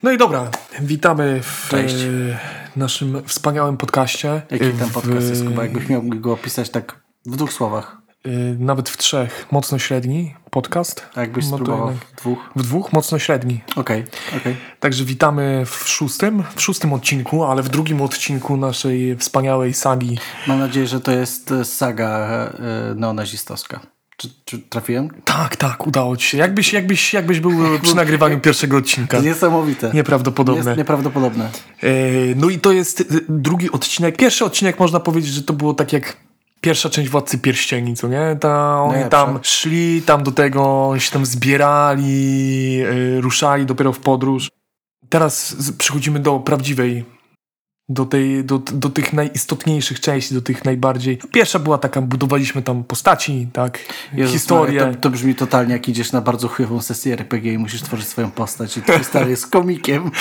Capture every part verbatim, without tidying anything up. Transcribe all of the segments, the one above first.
No i dobra, witamy w Cześć. e, naszym wspaniałym podcaście. Jaki ten podcast w, jest, Kuba? Jakbyś miał go opisać tak w dwóch słowach. E, nawet w trzech. Mocno średni podcast. A jakbyś No to spróbował jednak w dwóch? W dwóch mocno średni. Okej, okay, okej. Okay. Także witamy w szóstym, w szóstym odcinku, ale w drugim odcinku naszej wspaniałej sagi. Mam nadzieję, że to jest saga e, neonazistowska. Czy, czy trafiłem? Tak, tak, udało ci się. Jakbyś, jakbyś, jakbyś był przy nagrywaniu pierwszego odcinka. To niesamowite. Nieprawdopodobne. Jest nieprawdopodobne. E, no i to jest drugi odcinek. Pierwszy odcinek można powiedzieć, że to było tak jak pierwsza część Władcy Pierścieni, co nie? Ta, oni Najlepsza. tam szli, tam do tego się tam zbierali, yy, ruszali dopiero w podróż. Teraz z, przechodzimy do prawdziwej, do, tej, do, do tych najistotniejszych części, do tych najbardziej... Pierwsza była taka, budowaliśmy tam postaci, tak, Jezus historię. Maria, to, to brzmi totalnie jak idziesz na bardzo chujową sesję er pe gie i musisz tworzyć swoją postać i twój stary jest komikiem.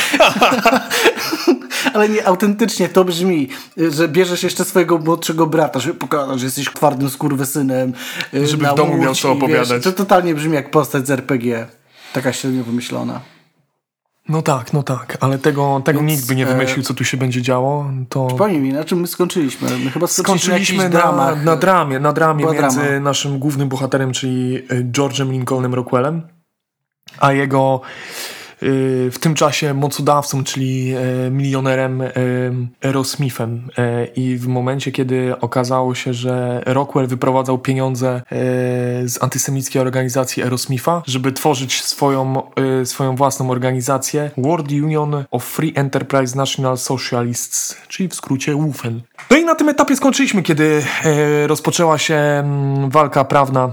Ale nie, autentycznie to brzmi, że bierzesz jeszcze swojego młodszego brata, żeby pokazać, że jesteś twardym skurwysynem. Żeby w domu miał co opowiadać. Wiesz, to totalnie brzmi jak postać z er pe gie. Taka średnio wymyślona. No tak, no tak, ale tego, tego Więc, nikt by nie wymyślił, co tu się będzie działo. To... Przypomnij mi, na czym my skończyliśmy? My chyba skończyliśmy, Skończyliśmy na, na, dramach. na dramie, na dramie Była między drama. naszym głównym bohaterem, czyli George'em Lincolnem Rockwellem, a jego y, w tym czasie mocodawcą, czyli y, milionerem y, Aerosmithem. Y, I w momencie, kiedy okazało się, że Rockwell wyprowadzał pieniądze y, z antysemickiej organizacji Aerosmitha, żeby tworzyć swoją, y, swoją własną organizację World Union of Free Enterprise National Socialists, czyli w skrócie W U F N. No i na tym etapie skończyliśmy, kiedy y, rozpoczęła się mm, walka prawna,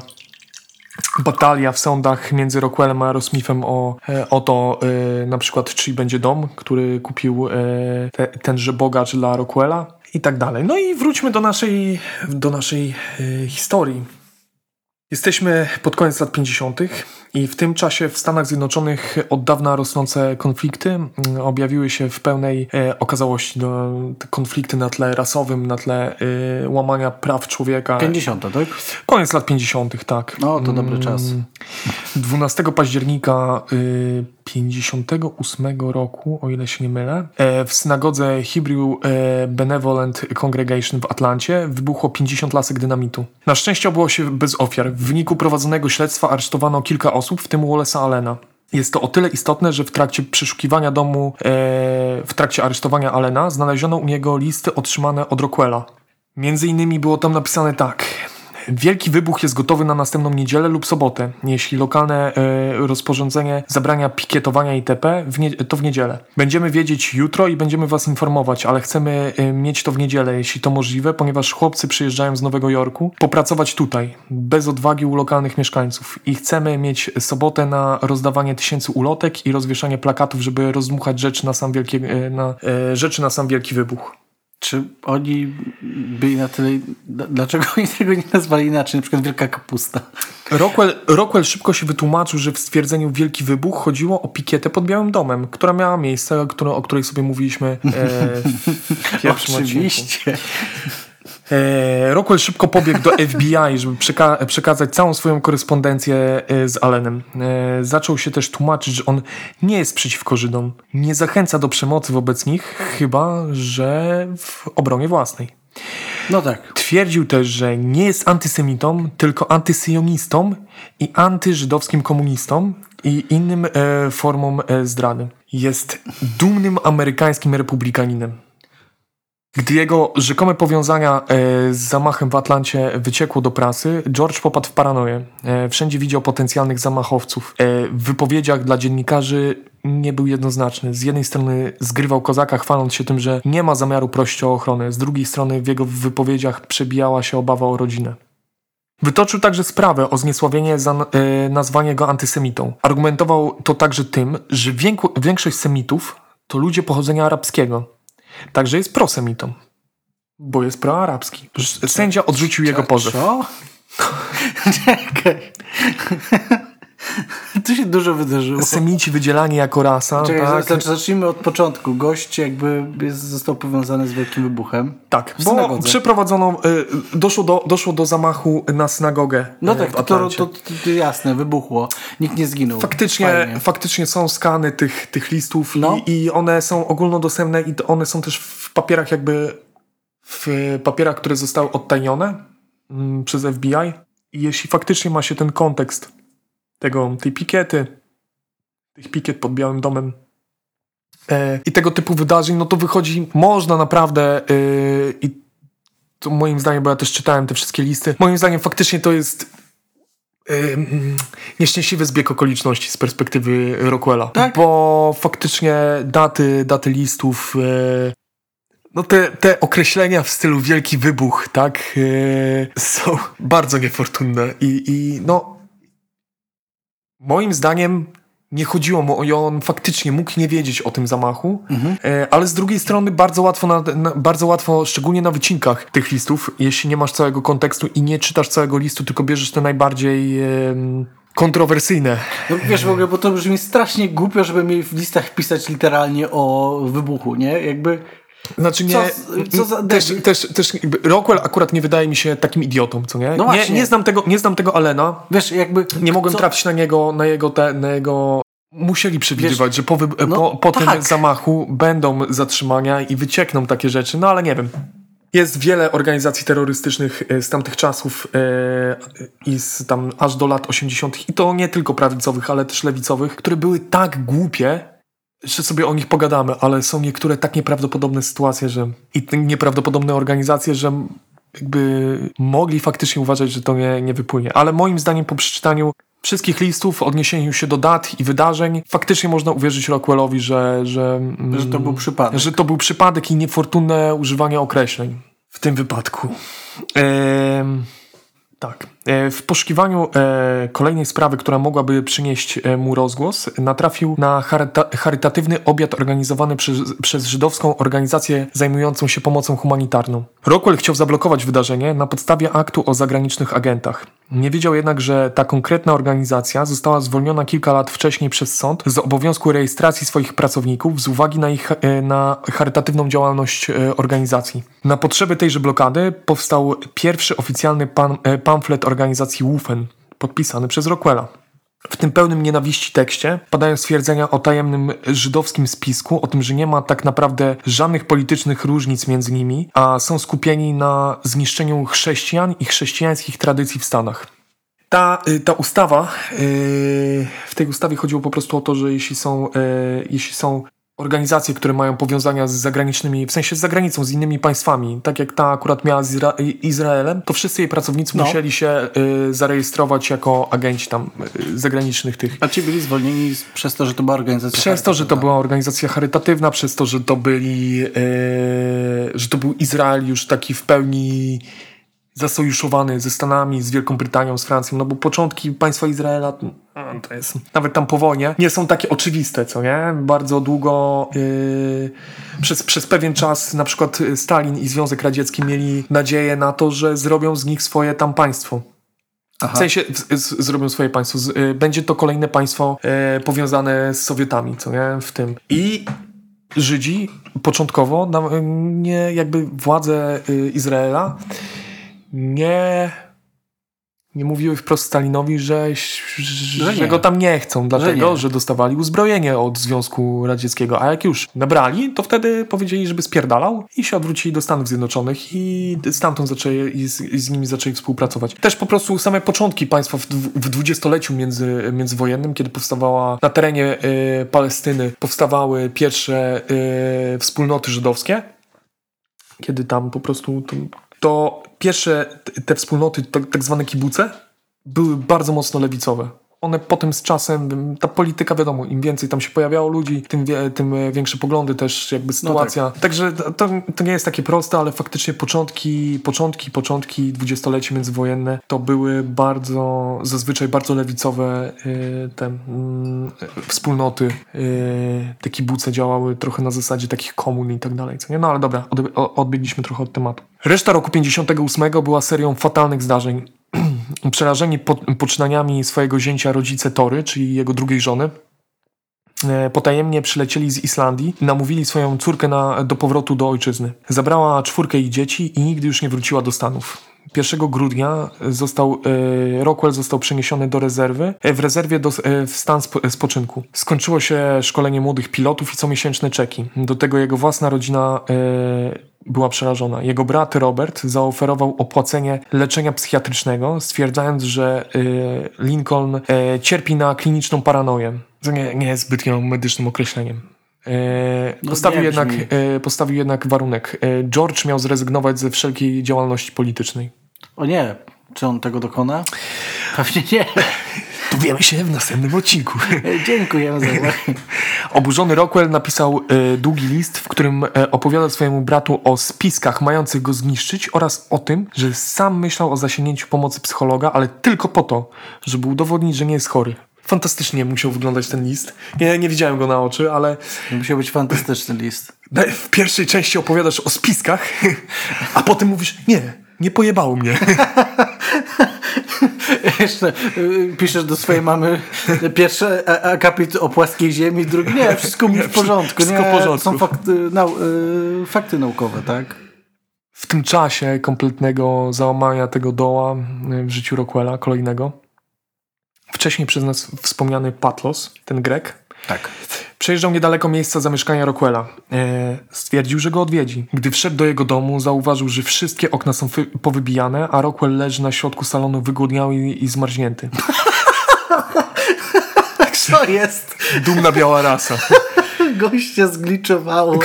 batalia w sądach między Rockwellem a Aeromithem o, o to e, na przykład, czy będzie dom, który kupił e, te, tenże bogacz dla Rockwella i tak dalej. No i wróćmy do naszej, do naszej e, historii. Jesteśmy pod koniec lat pięćdziesiątych i w tym czasie w Stanach Zjednoczonych od dawna rosnące konflikty mm, objawiły się w pełnej e, okazałości. Do, te konflikty na tle rasowym, na tle e, łamania praw człowieka. pięćdziesiąte, tak? Koniec lat pięćdziesiątych, tak. No, to dobry czas. dwunastego października y, pięćdziesiątego ósmego roku, o ile się nie mylę, e, w synagodze Hebrew e, Benevolent Congregation w Atlancie wybuchło pięćdziesiąt lasek dynamitu. Na szczęście obyło się bez ofiar. W wyniku prowadzonego śledztwa aresztowano kilka osób, w tym Wallace'a Allena. Jest to o tyle istotne, że w trakcie przeszukiwania domu, e, w trakcie aresztowania Allena znaleziono u niego listy otrzymane od Rockwella. Między innymi było tam napisane tak: wielki wybuch jest gotowy na następną niedzielę lub sobotę. Jeśli lokalne e, rozporządzenie zabrania pikietowania itp., w nie, to w niedzielę. Będziemy wiedzieć jutro i będziemy was informować, ale chcemy e, mieć to w niedzielę, jeśli to możliwe, ponieważ chłopcy przyjeżdżają z Nowego Jorku popracować tutaj, bez odwagi u lokalnych mieszkańców. I chcemy mieć sobotę na rozdawanie tysięcy ulotek i rozwieszanie plakatów, żeby rozdmuchać rzeczy na sam wielki, e, na, e, rzeczy na sam wielki wybuch. Czy oni byli na tyle... Dlaczego oni tego nie nazwali inaczej? Na przykład Wielka Kapusta. Rockwell, Rockwell szybko się wytłumaczył, że w stwierdzeniu Wielki Wybuch chodziło o pikietę pod Białym Domem, która miała miejsce, które, o której sobie mówiliśmy e, w pierwszym Oczywiście. odcinku. E, Rockwell szybko pobiegł do F B I, żeby przeka- przekazać całą swoją korespondencję e, z Allenem. E, zaczął się też tłumaczyć, że on nie jest przeciwko Żydom, nie zachęca do przemocy wobec nich, chyba że w obronie własnej. No tak. Twierdził też, że nie jest antysemitą, tylko antysyjonistą i antyżydowskim komunistą i innym e, formą e, zdrady. Jest dumnym amerykańskim republikaninem. Gdy jego rzekome powiązania e, z zamachem w Atlancie wyciekło do prasy, George popadł w paranoję. E, wszędzie widział potencjalnych zamachowców. E, w wypowiedziach dla dziennikarzy nie był jednoznaczny. Z jednej strony zgrywał kozaka, chwaląc się tym, że nie ma zamiaru prosić o ochronę. Z drugiej strony w jego wypowiedziach przebijała się obawa o rodzinę. Wytoczył także sprawę o zniesławienie za e, nazwanie go antysemitą. Argumentował to także tym, że więku, większość semitów to ludzie pochodzenia arabskiego. Także jest prosemitą, bo jest proarabski. Sędzia odrzucił jego pozew. Co? Czekaj. Tu się dużo wydarzyło. Semici wydzielani jako rasa. Czekaj, tak? zacznijmy od początku. Gość jakby jest, został powiązany z wielkim wybuchem. Tak, w bo synagodze. przeprowadzono, y, doszło, do, doszło do zamachu na synagogę. No y, tak, w to, to, Atlancie. to, to jasne, wybuchło. Nikt nie zginął. Faktycznie, Fajnie. faktycznie są skany tych, tych listów No. i, i one są ogólnodostępne i one są też w papierach jakby w papierach, które zostały odtajnione mm, przez F B I. I jeśli faktycznie ma się ten kontekst tego, tej pikiety, tych pikiet pod Białym Domem e, i tego typu wydarzeń, no to wychodzi, można naprawdę e, i to moim zdaniem, bo ja też czytałem te wszystkie listy, moim zdaniem faktycznie to jest e, nieszczęśliwy zbieg okoliczności z perspektywy Rockwella. Tak? Bo faktycznie daty, daty listów, e, no te, te określenia w stylu wielki wybuch, tak, e, są bardzo niefortunne i, i no moim zdaniem nie chodziło mu, i on faktycznie mógł nie wiedzieć o tym zamachu, Mhm. e, ale z drugiej strony bardzo łatwo, na, na, bardzo łatwo, szczególnie na wycinkach tych listów, jeśli nie masz całego kontekstu i nie czytasz całego listu, tylko bierzesz te najbardziej e, kontrowersyjne. No wiesz w ogóle, bo to brzmi strasznie głupio, żeby mi w listach pisać literalnie o wybuchu, nie? Jakby... Znaczy nie, Co- co za też, debil? też, też jakby Rockwell akurat nie wydaje mi się takim idiotą, co nie? No nie, właśnie. nie, znam tego, nie znam tego Allena, Wiesz, jakby... nie mogłem co- trafić na niego, na jego, te, na jego... Musieli przewidywać, Wiesz, że po, wy... no po, po tym tak. zamachu będą zatrzymania i wyciekną takie rzeczy, no ale nie wiem. Jest wiele organizacji terrorystycznych e, z tamtych czasów e, i z tam aż do lat osiemdziesiątych i to nie tylko prawicowych, ale też lewicowych, które były tak głupie, że sobie o nich pogadamy, ale są niektóre tak nieprawdopodobne sytuacje, że i te nieprawdopodobne organizacje, że jakby mogli faktycznie uważać, że to nie, nie wypłynie. Ale moim zdaniem po przeczytaniu wszystkich listów, odniesieniu się do dat i wydarzeń, faktycznie można uwierzyć Rockwellowi, że, że, Że to był przypadek. że to był przypadek i niefortunne używanie określeń w tym wypadku. Ehm, tak. E, W poszukiwaniu e, kolejnej sprawy, która mogłaby przynieść e, mu rozgłos, natrafił na charyta- charytatywny obiad organizowany przez, przez żydowską organizację zajmującą się pomocą humanitarną. Rockwell chciał zablokować wydarzenie na podstawie aktu o zagranicznych agentach. Nie wiedział jednak, że ta konkretna organizacja została zwolniona kilka lat wcześniej przez sąd z obowiązku rejestracji swoich pracowników z uwagi na ich e, na charytatywną działalność e, organizacji. Na potrzeby tejże blokady powstał pierwszy oficjalny pan, e, pamflet organizacji W U F N, podpisany przez Rockwella. W tym pełnym nienawiści tekście padają stwierdzenia o tajemnym żydowskim spisku, o tym, że nie ma tak naprawdę żadnych politycznych różnic między nimi, a są skupieni na zniszczeniu chrześcijan i chrześcijańskich tradycji w Stanach. Ta, y, ta ustawa, y, w tej ustawie chodziło po prostu o to, że jeśli są, y, jeśli są organizacje, które mają powiązania z zagranicznymi, w sensie z zagranicą, z innymi państwami, tak jak ta akurat miała z Izra- Izraelem, to wszyscy jej pracownicy No. musieli się y, zarejestrować jako agenci tam y, zagranicznych tych. A ci byli zwolnieni z- przez to, że to była organizacja Przez to, że to charytatywna. była organizacja charytatywna, przez to, że to byli, yy, że to był Izrael już taki w pełni zasojuszowany ze Stanami, z Wielką Brytanią, z Francją, no bo początki państwa Izraela, no, to jest, nawet tam po wojnie, nie są takie oczywiste, co nie? Bardzo długo, yy, przez, przez pewien czas na przykład Stalin i Związek Radziecki mieli nadzieję na to, że zrobią z nich swoje tam państwo. Aha. W sensie z, z, zrobią swoje państwo. Z, y, będzie to kolejne państwo y, powiązane z Sowietami, co nie? W tym. I Żydzi początkowo, na, nie jakby władze y, Izraela nie, nie mówiły wprost Stalinowi, że, że, Że że nie. go tam nie chcą, dlatego, nie. że, dostawali uzbrojenie od Związku Radzieckiego. A jak już nabrali, to wtedy powiedzieli, żeby spierdalał i się odwrócili do Stanów Zjednoczonych i stamtąd zaczęli, i z, i z nimi zaczęli współpracować. Też po prostu same początki państwa w, w dwudziestoleciu między, międzywojennym, kiedy powstawała na terenie y, Palestyny, powstawały pierwsze y, wspólnoty żydowskie, kiedy tam po prostu to, to pierwsze t- te wspólnoty, tak, tak zwane kibuce, były bardzo mocno lewicowe. One potem z czasem, ta polityka wiadomo, im więcej tam się pojawiało ludzi, tym, wie, tym większe poglądy też jakby sytuacja. No tak. Także to, to nie jest takie proste, ale faktycznie początki, początki, początki dwudziestoleci międzywojenne to były bardzo, zazwyczaj bardzo lewicowe y, te mm, wspólnoty, y, te kibuce działały trochę na zasadzie takich komun i tak dalej. Co nie? No ale dobra, od, odbiegliśmy trochę od tematu. Reszta roku pięćdziesiątego ósmego była serią fatalnych zdarzeń. Przerażeni po, poczynaniami swojego zięcia rodzice Tory, czyli jego drugiej żony, potajemnie przylecieli z Islandii i namówili swoją córkę na, do powrotu do ojczyzny. Zabrała czwórkę jej dzieci i nigdy już nie wróciła do Stanów. pierwszego grudnia został, e, Rockwell został przeniesiony do rezerwy, e, w rezerwie do, e, w stan spo, spoczynku. Skończyło się szkolenie młodych pilotów i comiesięczne czeki. Do tego jego własna rodzina e, była przerażona. Jego brat Robert zaoferował opłacenie leczenia psychiatrycznego, stwierdzając, że e, Lincoln e, cierpi na kliniczną paranoję. To nie, nie jest zbytnio medycznym określeniem. E, No postawił, nie jednak, brzmi. e, postawił jednak warunek. E, George miał zrezygnować ze wszelkiej działalności politycznej. O nie, czy on tego dokona? Pewnie nie. Dowiemy się w następnym odcinku. Dziękujemy za uwagę. Oburzony Rockwell napisał e, długi list, w którym e, opowiada swojemu bratu o spiskach mających go zniszczyć oraz o tym, że sam myślał o zasięgnięciu pomocy psychologa, ale tylko po to, żeby udowodnić, że nie jest chory. Fantastycznie musiał wyglądać ten list. Nie, nie widziałem go na oczy, ale Musiał być fantastyczny list. w pierwszej części opowiadasz o spiskach, a potem mówisz, nie, nie pojebało mnie. Jeszcze y, piszesz do swojej mamy pierwszy a- akapit o płaskiej ziemi, drugi nie, wszystko mi w porządku. wszystko nie, w porządku. Są fakty, nau, y, fakty naukowe, tak? W tym czasie kompletnego załamania tego doła w życiu Rockwella, kolejnego, wcześniej przez nas wspomniany Patlos, ten Grek, Tak. przejeżdżał niedaleko miejsca zamieszkania Rockwella. E, stwierdził, że go odwiedzi. Gdy wszedł do jego domu, zauważył, że wszystkie okna są wy- powybijane, a Rockwell leży na środku salonu wygłodniały i, i zmarznięty. Co jest? Dumna biała rasa. Goście zgliczowało.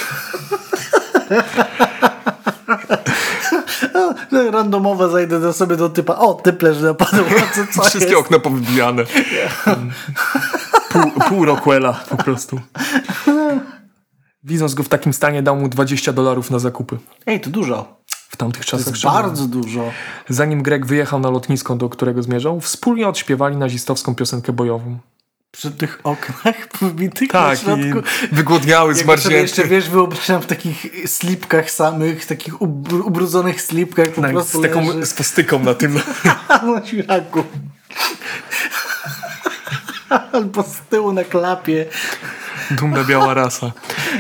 No, randomowo zajdę do sobie do typa. O, typ leży na podłodze. Co Wszystkie jest? okna powybijane. Pół, pół Rockwella po prostu. Widząc go w takim stanie, dał mu dwadzieścia dolarów na zakupy. Ej, to dużo. W tamtych To czasach jest szczególnie. bardzo dużo. Zanim Greg wyjechał na lotnisko, do którego zmierzał, wspólnie odśpiewali nazistowską piosenkę bojową. Przy tych oknach wybitych Tak, na i środku. wygłodniały, Jak sobie zmarznięte. jeszcze, wiesz, wyobrażam w takich slipkach samych, takich ub- ubrudzonych slipkach po Tak, prostu z taką leży. swastyką na tym. Na świraku. Albo z tyłu na klapie. Dumna biała rasa.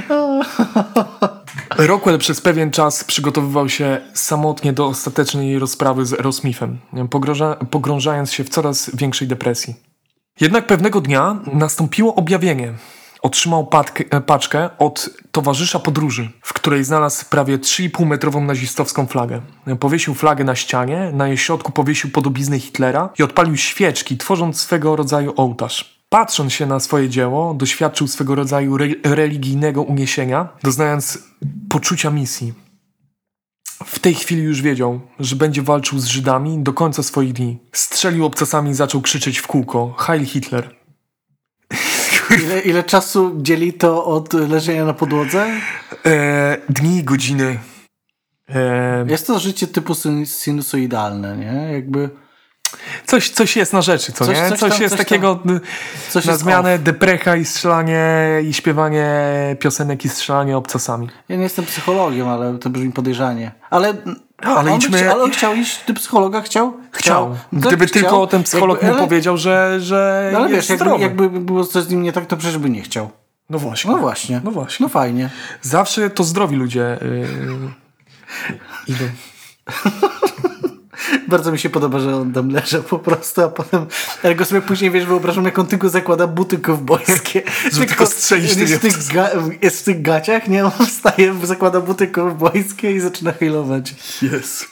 Rockwell przez pewien czas przygotowywał się samotnie do ostatecznej rozprawy z Aerosmithem, pogrąża, pogrążając się w coraz większej depresji. Jednak pewnego dnia nastąpiło objawienie. Otrzymał patkę, paczkę od towarzysza podróży, w której znalazł prawie trzy i pół metrową nazistowską flagę. Powiesił flagę na ścianie, na jej środku powiesił podobiznę Hitlera i odpalił świeczki, tworząc swego rodzaju ołtarz. Patrząc się na swoje dzieło, doświadczył swego rodzaju re- religijnego uniesienia, doznając poczucia misji. W tej chwili już wiedział, że będzie walczył z Żydami do końca swoich dni. Strzelił obcasami i zaczął krzyczeć w kółko: Heil Hitler! Ile, ile czasu dzieli to od leżenia na podłodze? E, dni i godziny. E, Jest to życie typu sin- sinusoidalne, nie? Jakby coś, coś jest na rzeczy, co Coś- nie? coś Coś, tam- jest coś takiego y, coś na jest zmianę off. deprecha i strzelanie i śpiewanie piosenek i strzelanie obcasami. Ja nie jestem psychologiem, ale to brzmi podejrzanie. Ale, ale on, idźmy- chcia, ale on chciał iść do psychologa? Chciał? Chciał. No Gdyby tak, chciał. tylko ten psycholog Jakby- mu ale- powiedział, że, że No ale jest wiesz, jakby, zdrowy. jakby było coś z nim nie tak, to przecież by nie chciał. No właśnie. No właśnie. No właśnie. No fajnie. Zawsze to zdrowi ludzie yy, idą. Bardzo mi się podoba, że on tam leży po prostu, a potem jak go sobie później, wiesz, wyobrażam, jak on tylko zakłada buty kowbojskie. Żeby tylko strzelić jest, tymi w tych ga- jest w tych gaciach, nie? On wstaje, zakłada buty kowbojskie i zaczyna hejlować. Jest.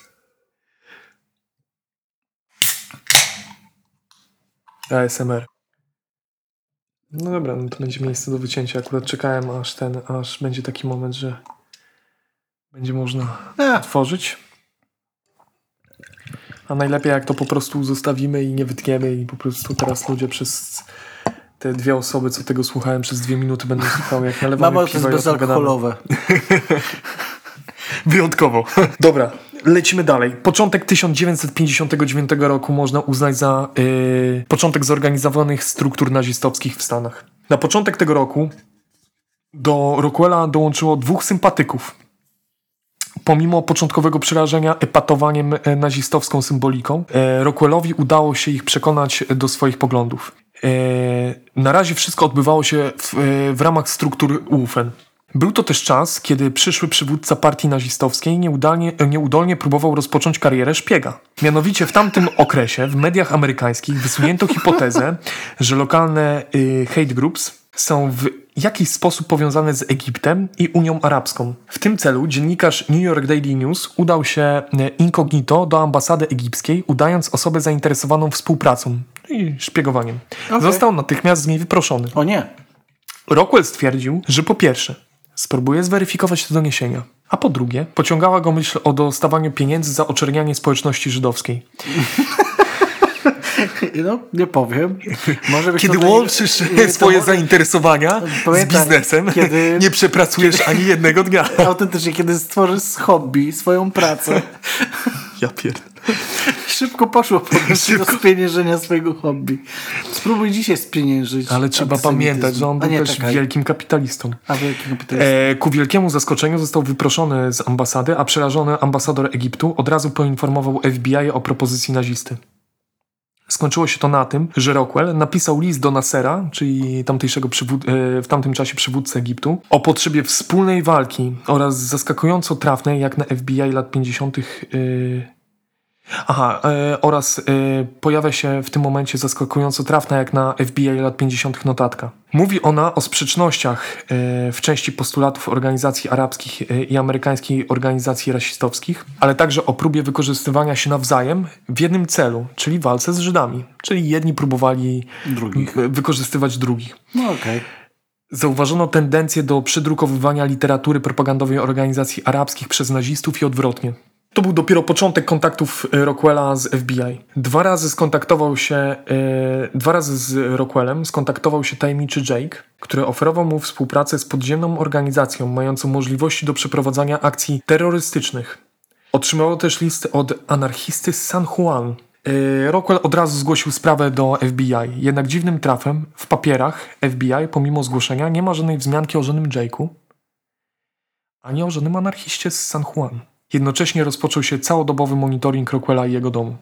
A S M R. No dobra, no to będzie miejsce do wycięcia. Akurat czekałem aż ten, aż będzie taki moment, że będzie można A. otworzyć. A najlepiej jak to po prostu zostawimy i nie wytniemy i po prostu teraz ludzie przez te dwie osoby, co tego słuchałem przez dwie minuty będą słuchały jak nalewamy Mamo, to piwa jest i opowiadamy. bezalkoholowe. Wyjątkowo. Dobra, lecimy dalej. Początek tysiąc dziewięćset pięćdziesiątego dziewiątego roku można uznać za yy, początek zorganizowanych struktur nazistowskich w Stanach. Na początek tego roku do Rockwella dołączyło dwóch sympatyków. Pomimo początkowego przerażenia epatowaniem nazistowską symboliką, Rockwellowi udało się ich przekonać do swoich poglądów. Na razie wszystko odbywało się w, w ramach struktur U F N. Był to też czas, kiedy przyszły przywódca partii nazistowskiej nieudolnie, nieudolnie próbował rozpocząć karierę szpiega. Mianowicie w tamtym okresie w mediach amerykańskich wysunięto hipotezę, że lokalne y, hate groups są w jakiś sposób powiązane z Egiptem i Unią Arabską. W tym celu dziennikarz New York Daily News udał się incognito do ambasady egipskiej, udając osobę zainteresowaną współpracą i szpiegowaniem. Okay. Został natychmiast z niej wyproszony. O nie. Rockwell stwierdził, że po pierwsze spróbuje zweryfikować te doniesienia, a po drugie pociągała go myśl o dostawaniu pieniędzy za oczernianie społeczności żydowskiej. No, nie powiem. Może być kiedy to łączysz nie, swoje to... zainteresowania Pamiętaj, z biznesem, kiedy... nie przepracujesz kiedy... ani jednego dnia. Autentycznie, kiedy stworzysz z hobby swoją pracę. Ja pierdolę. Szybko poszło po Szybko. do spieniężenia swojego hobby. Spróbuj dzisiaj spieniężyć. Ale trzeba pamiętać, że on był nie, też czekaj. wielkim kapitalistą. A wielkim kapitalistą. E, ku wielkiemu zaskoczeniu został wyproszony z ambasady, a przerażony ambasador Egiptu od razu poinformował F B I o propozycji nazisty. Skończyło się to na tym, że Rockwell napisał list do Nassera, czyli tamtejszego przywód- w tamtym czasie przywódcy Egiptu, o potrzebie wspólnej walki oraz zaskakująco trafnej, jak na F B I lat pięćdziesiątych. Yy... Aha, yy, oraz yy, pojawia się w tym momencie zaskakująco trafna, jak na F B I lat pięćdziesiątych notatka. Mówi ona o sprzecznościach yy, w części postulatów organizacji arabskich yy, i amerykańskiej organizacji rasistowskich, ale także o próbie wykorzystywania się nawzajem w jednym celu, czyli walce z Żydami. Czyli jedni próbowali drugich. wykorzystywać drugich. No okej. Okay. Zauważono tendencję do przydrukowywania literatury propagandowej organizacji arabskich przez nazistów i odwrotnie. To był dopiero początek kontaktów Rockwella z F B I. Dwa razy skontaktował się, e, dwa razy z Rockwellem skontaktował się tajemniczy Jake, który oferował mu współpracę z podziemną organizacją mającą możliwości do przeprowadzania akcji terrorystycznych. Otrzymał też list od anarchisty z San Juan. E, Rockwell od razu zgłosił sprawę do F B I, jednak dziwnym trafem w papierach F B I, pomimo zgłoszenia, nie ma żadnej wzmianki o żadnym Jake'u, ani o żadnym anarchiście z San Juan. Jednocześnie rozpoczął się całodobowy monitoring Rockwella i jego domu.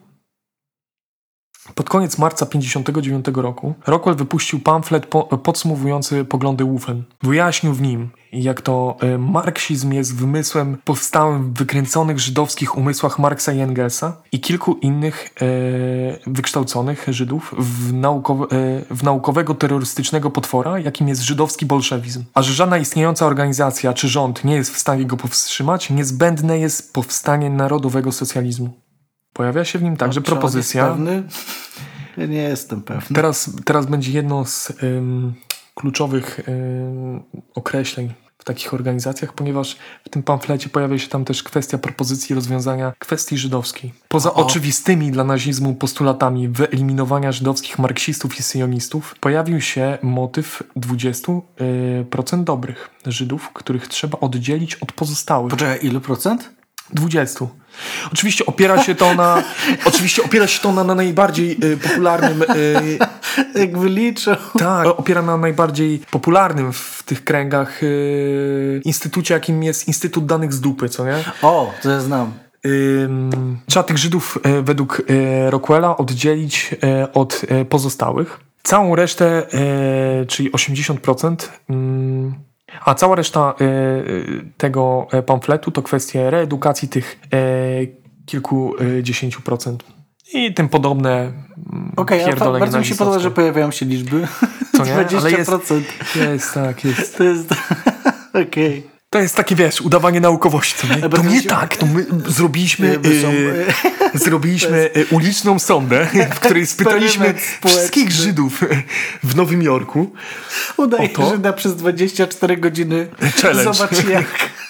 Pod koniec marca pięćdziesiątego dziewiątego roku Rockwell wypuścił pamflet po, podsumowujący poglądy U F N. Wyjaśnił w nim, jak to e, marksizm jest wymysłem powstałym w wykręconych żydowskich umysłach Marksa i Engelsa i kilku innych e, wykształconych Żydów w, naukowe, e, w naukowego terrorystycznego potwora, jakim jest żydowski bolszewizm. A że żadna istniejąca organizacja czy rząd nie jest w stanie go powstrzymać, niezbędne jest powstanie narodowego socjalizmu. Pojawia się w nim także no, propozycja... Pewny? Ja nie jestem pewny. Teraz, teraz będzie jedno z ym, kluczowych ym, określeń w takich organizacjach, ponieważ w tym pamflecie pojawia się tam też kwestia propozycji rozwiązania kwestii żydowskiej. Poza o. oczywistymi dla nazizmu postulatami wyeliminowania żydowskich marksistów i syjonistów, pojawił się motyw dwudziestu procent dobrych Żydów, których trzeba oddzielić od pozostałych. Poczekaj, ilu procent? dwudziestu. Oczywiście opiera się to na oczywiście opiera się to na, na najbardziej y, popularnym y, jak wyliczą. Tak, opiera na najbardziej popularnym w tych kręgach y, instytucie, jakim jest Instytut Danych z Dupy, co nie? O, to ja znam. Y, trzeba tych Żydów y, według y, Rockwella oddzielić y, od y, pozostałych. Całą resztę, y, czyli osiemdziesiąt procent y, a cała reszta y, tego pamfletu to kwestie reedukacji tych y, kilkudziesięciu procent i tym podobne Okej, okay, bardzo mi się podoba, że pojawiają się liczby. Co nie? dwadzieścia procent. Ale jest, jest tak, jest. To jest... Okej. Okay. To jest takie, wiesz, udawanie naukowości. To nie, to nie się... tak, to my zrobiliśmy e, zrobiliśmy jest... uliczną sondę, w której spytaliśmy wszystkich Żydów w Nowym Jorku. Udaje to... Żyda przez dwadzieścia cztery godziny. Challenge. Zobacz jak.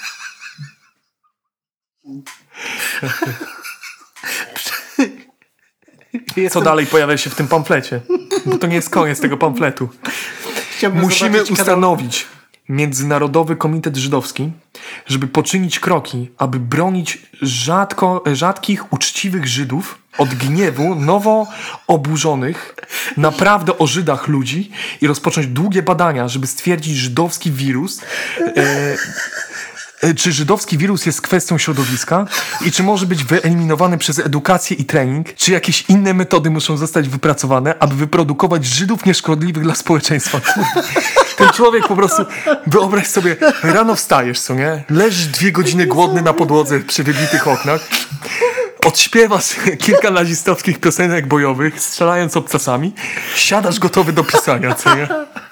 Co Jestem... dalej pojawia się w tym pamflecie? Bo to nie jest koniec tego pamfletu. Chciałbym Musimy ustanowić kanał... Międzynarodowy Komitet Żydowski, żeby poczynić kroki, aby bronić rzadko, rzadkich, uczciwych Żydów od gniewu nowo oburzonych, naprawdę o Żydach ludzi i rozpocząć długie badania, żeby stwierdzić żydowski wirus, e, czy żydowski wirus jest kwestią środowiska i czy może być wyeliminowany przez edukację i trening, czy jakieś inne metody muszą zostać wypracowane, aby wyprodukować Żydów nieszkodliwych dla społeczeństwa. Ten człowiek po prostu, wyobraź sobie, rano wstajesz, co nie? Leżysz dwie godziny głodny na podłodze przy wybitych oknach, odśpiewasz kilka nazistowskich piosenek bojowych, strzelając obcasami, siadasz gotowy do pisania, co nie?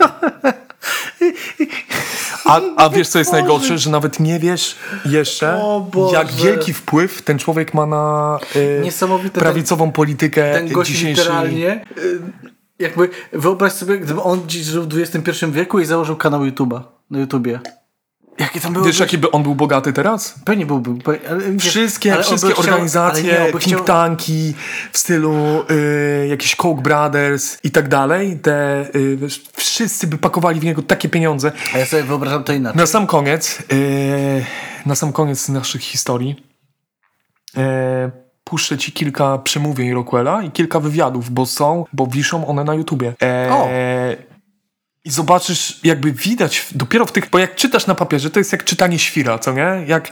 A, a wiesz, co jest Boże. najgorsze? Że nawet nie wiesz jeszcze, jak wielki wpływ ten człowiek ma na y, prawicową ten, politykę ten gość dzisiejszej... literalnie, y, jakby wyobraź sobie, gdyby on dziś żył w dwudziestym pierwszym wieku i założył kanał YouTube'a, na YouTubie. Jakie tam było Wiesz, jaki by on był bogaty teraz? Pewnie byłby. Pe- ale, wszystkie ale wszystkie chciał, organizacje, ale nie, think tanki w stylu y, jakieś Koch Brothers i tak dalej, te y, wiesz, wszyscy by pakowali w niego takie pieniądze. A ja sobie wyobrażam to inaczej. Na sam koniec, y, na sam koniec naszych historii y, puszczę ci kilka przemówień Rockwella i kilka wywiadów, bo są, bo wiszą one na YouTubie. E, o. I zobaczysz, jakby widać dopiero w tych, bo jak czytasz na papierze, to jest jak czytanie świra, co nie? Jak,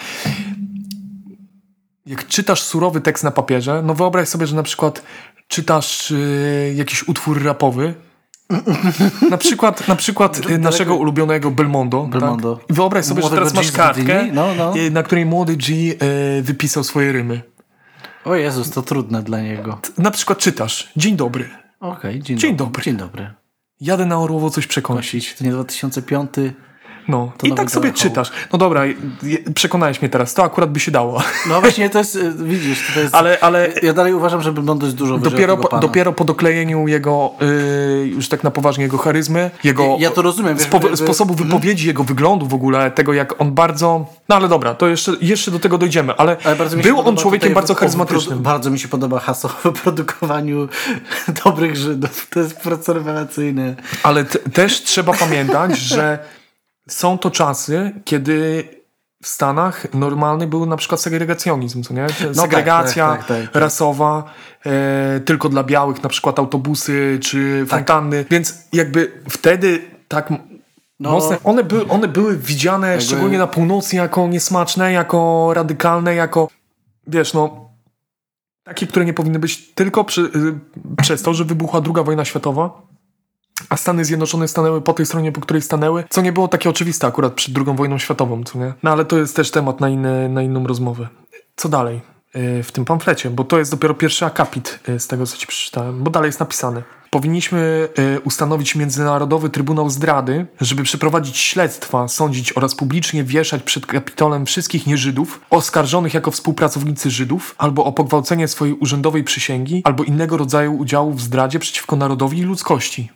jak czytasz surowy tekst na papierze, no wyobraź sobie, że na przykład czytasz y, jakiś utwór rapowy, na przykład, na przykład y, naszego ulubionego Belmondo. Belmondo. Tak? I wyobraź sobie, Młodego że teraz masz kartkę, no, no. Y, na której młody G y, wypisał swoje rymy. O Jezus, to trudne dla niego. Na przykład czytasz, dzień dobry. Okej, okay, dzień, dzień dobry. dobry. Dzień dobry. Jadę na Orłowo coś przekąsić. To nie dwa tysiące piąty. No i tak sobie czytasz. No dobra, przekonałeś mnie teraz. To akurat by się dało. No właśnie, to jest, widzisz, to jest... Ale, ale ja dalej uważam, że Belmondo jest dużo wyżej dopiero, po, dopiero po doklejeniu jego, yy, już tak na poważnie, jego charyzmy, jego ja to rozumiem, spo, wiesz, sposobu wiesz, wypowiedzi, hmm? jego wyglądu w ogóle, tego jak on bardzo... No ale dobra, to jeszcze, jeszcze do tego dojdziemy, ale, ale był on człowiekiem bardzo charyzmatycznym. Bardzo mi się podoba hasło o wyprodukowaniu dobrych Żydów. To jest po prostu rewelacyjne. Ale t- też trzeba pamiętać, że są to czasy, kiedy w Stanach normalny był na przykład segregacjonizm, co nie? Segregacja no tak, tak, tak, tak. rasowa, e, tylko dla białych, na przykład autobusy czy tak. fontanny. Więc jakby wtedy tak no, mocne, one, by, one były widziane jakby... szczególnie na północy jako niesmaczne, jako radykalne, jako wiesz, no takie, które nie powinny być tylko przy, y, przez to, że wybuchła druga wojna światowa. A Stany Zjednoczone stanęły po tej stronie, po której stanęły, co nie było takie oczywiste akurat przed drugą wojną światową, co nie? No ale to jest też temat na, inny, na inną rozmowę. Co dalej yy, w tym pamflecie? Bo to jest dopiero pierwszy akapit yy, z tego, co ci przeczytałem, bo dalej jest napisane. Powinniśmy yy, ustanowić Międzynarodowy Trybunał Zdrady, żeby przeprowadzić śledztwa, sądzić oraz publicznie wieszać przed Kapitolem wszystkich nieżydów, oskarżonych jako współpracownicy Żydów, albo o pogwałcenie swojej urzędowej przysięgi, albo innego rodzaju udziału w zdradzie przeciwko narodowi i ludzkości.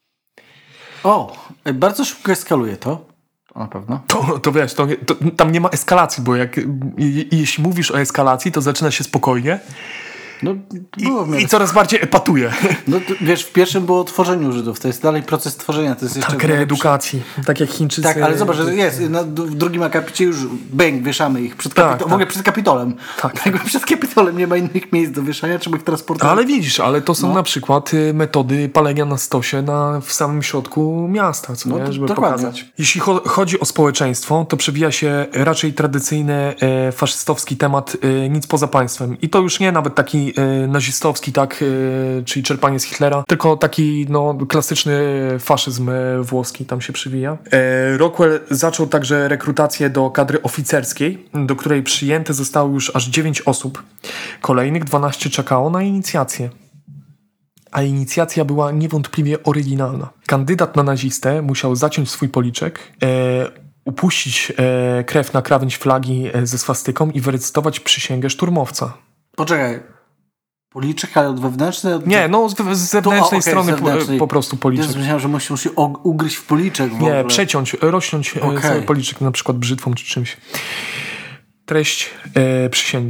O, bardzo szybko eskaluje to. Na pewno. To, to wiesz, to, to, tam nie ma eskalacji, bo jak i, jeśli mówisz o eskalacji, to zaczyna się spokojnie. No, I, I coraz bardziej epatuje. No to, wiesz, w pierwszym było o tworzeniu Żydów, to jest dalej proces tworzenia. To jest jeszcze tak, reedukacji, przy... tak jak Chińczycy. Tak, ale zobacz, że jest, na, w drugim akapicie już bang, wieszamy ich przed Kapitolem, tak, w ogóle tak. przed Kapitolem. Tak. Jakby przed Kapitolem nie ma innych miejsc do wieszania, trzeba ich transportować. Ale widzisz, ale to są no. na przykład metody palenia na stosie na, w samym środku miasta, co no, nie? To, żeby dokładnie. pokazać. Jeśli cho- chodzi o społeczeństwo, to przewija się raczej tradycyjny e, faszystowski temat e, nic poza państwem. I to już nie nawet taki e, nazistowski, tak, yy, czyli czerpanie z Hitlera, tylko taki no, klasyczny faszyzm włoski tam się przywija. E, Rockwell zaczął także rekrutację do kadry oficerskiej, do której przyjęte zostało już aż dziewięć osób. Kolejnych dwanaście czekało na inicjację. A inicjacja była niewątpliwie oryginalna. Kandydat na nazistę musiał zaciąć swój policzek, e, upuścić e, krew na krawędź flagi ze swastyką i wyrecytować przysięgę szturmowca. Poczekaj. Policzek, ale od wewnętrznej? Od... Nie, no z, z zewnętrznej to, okay, strony zewnętrznej. Po, po prostu policzek. Ja myślałem, że musi się ugryźć w policzek. W Nie, ogóle. przeciąć, rozciąć okay. sobie policzek na przykład brzytwą czy czymś. Treść e, przysięgi.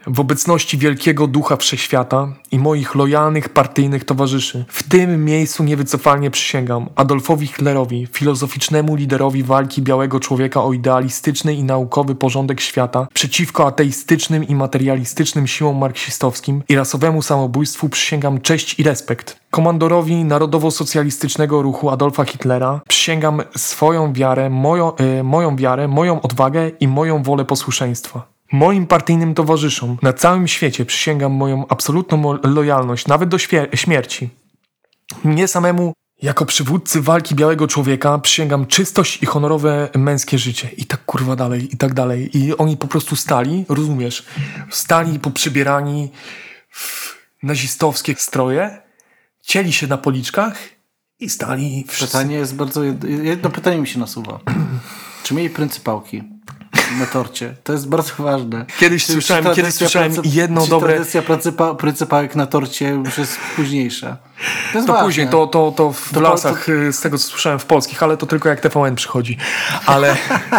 w obecności wielkiego ducha wszechświata i moich lojalnych partyjnych towarzyszy. W tym miejscu niewycofalnie przysięgam Adolfowi Hitlerowi, filozoficznemu liderowi walki białego człowieka o idealistyczny i naukowy porządek świata przeciwko ateistycznym i materialistycznym siłom marksistowskim i rasowemu samobójstwu przysięgam cześć i respekt. Komandorowi narodowo-socjalistycznego ruchu Adolfa Hitlera przysięgam swoją wiarę, moją, yy, moją wiarę, moją odwagę i moją wolę posłuszeństwa. Moim partyjnym towarzyszom na całym świecie przysięgam moją absolutną lojalność, nawet do świe- śmierci. Mnie samemu, jako przywódcy walki białego człowieka, przysięgam czystość i honorowe męskie życie. I tak kurwa dalej, i tak dalej. I oni po prostu stali, rozumiesz, stali poprzybierani w nazistowskie stroje, cieli się na policzkach i stali wszyscy. Pytanie jest bardzo... Jedno pytanie mi się nasuwa. Czy mieli pryncypałki na torcie? To jest bardzo ważne. Kiedyś czy, słyszałem, czy kiedyś słyszałem pracy, jedno czy dobre... tradycja pryncypa, pryncypałek na torcie już jest późniejsza. To jest To ważne. później, to, to, to w To lasach, to... z tego co słyszałem w polskich, ale to tylko jak T V N przychodzi. Ale,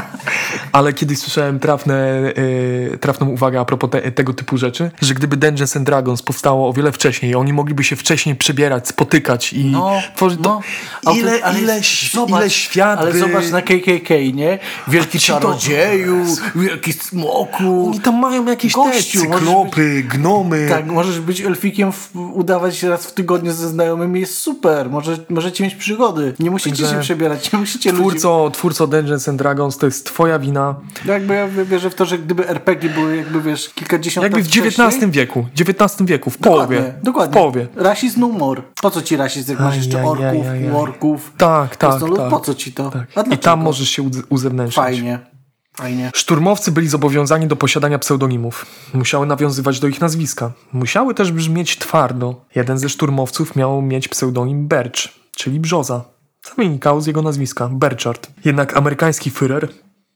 ale kiedyś słyszałem trafne, yy, trafną uwagę a propos te, tego typu rzeczy, że gdyby Dungeons and Dragons powstało o wiele wcześniej, oni mogliby się wcześniej przebierać, spotykać i no, tworzyć to. No, Ile, ale ile, zobacz, ile świat Ale by... zobacz na K K K, nie? Wielki ci to- czarodzieju, wielki smoku. Oni tam mają jakieś Gościu, te możesz cyklopy, gnomy. Tak, możesz być elfikiem, w, udawać raz w tygodniu ze znajomymi, jest super. Może, możecie mieć przygody. Nie musicie Także się przebierać, nie musicie ludzi... Twórco, twórco Dungeons and Dragons, to jest twoja wina. Jakby ja wierzę w to, że gdyby R P G były jakby, wiesz, kilkadziesiąt Jakby lat w dziewiętnastym wieku. dziewiętnastym wieku, w połowie. Dokładnie, dokładnie. W połowie. Rasizm no more. Po co ci rasizm, jak masz jeszcze orków, Ajajajajaj. worków? Tak, tak, Krasnolud? tak. Po co ci to? Tak. A I dlaczego? tam możesz się uze- uzewnętrznić. Fajnie. Fajnie. Szturmowcy byli zobowiązani do posiadania pseudonimów. Musiały nawiązywać do ich nazwiska. Musiały też brzmieć twardo. Jeden ze szturmowców miał mieć pseudonim Bercz, czyli Brzoza. Co wynikało z jego nazwiska, Berchard. Jednak amerykański Führer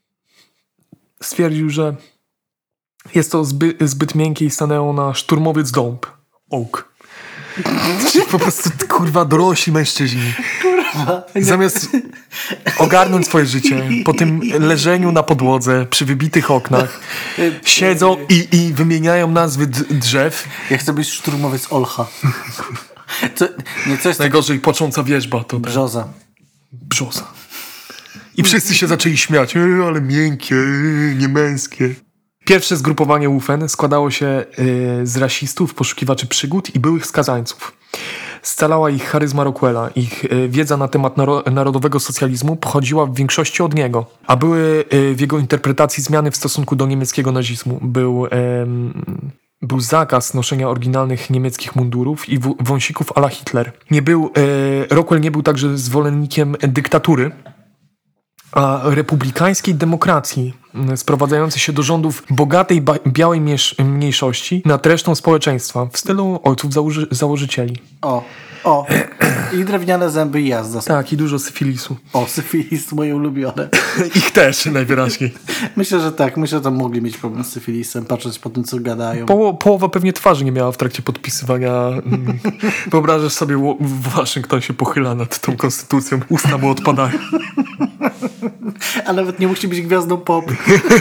stwierdził, że jest to zbyt, zbyt miękkie i stanęło na szturmowiec dąb. Oak. Czyli po prostu, kurwa, dorośli mężczyźni. Zamiast ogarnąć swoje życie po tym leżeniu na podłodze przy wybitych oknach, siedzą i, i wymieniają nazwy d- drzew. Ja chcę być szturmowiec Olcha. Co, nie, co jest Najgorzej płacząca wierzba to Brzoza. Brzoza. I wszyscy się zaczęli śmiać. E, ale miękkie, e, niemęskie. Pierwsze zgrupowanie U F N składało się e, z rasistów, poszukiwaczy przygód i byłych skazańców. Scalała ich charyzma Rockwella. Ich e, wiedza na temat naro- narodowego socjalizmu pochodziła w większości od niego, a były e, w jego interpretacji zmiany w stosunku do niemieckiego nazizmu. Był... em, Był zakaz noszenia oryginalnych niemieckich mundurów i w- wąsików a la Hitler. Nie był, e, Rockwell nie był także zwolennikiem dyktatury, a republikańskiej demokracji m, sprowadzającej się do rządów bogatej ba- białej miesz- mniejszości nad resztą społeczeństwa w stylu ojców założy- założycieli. O, o. I drewniane zęby i jazda. Tak, i dużo syfilisu. O, syfilis, moje ulubione. Ich też najwyraźniej. Myślę, że tak. Myślę, że tam mogli mieć problem z syfilisem, patrząc po tym, co gadają. Po- połowa pewnie twarzy nie miała w trakcie podpisywania. Mm, Wyobrażasz sobie, Wo- Waszyngton się pochyla nad tą konstytucją, usta mu odpadają. A nawet nie musi być gwiazdą pop.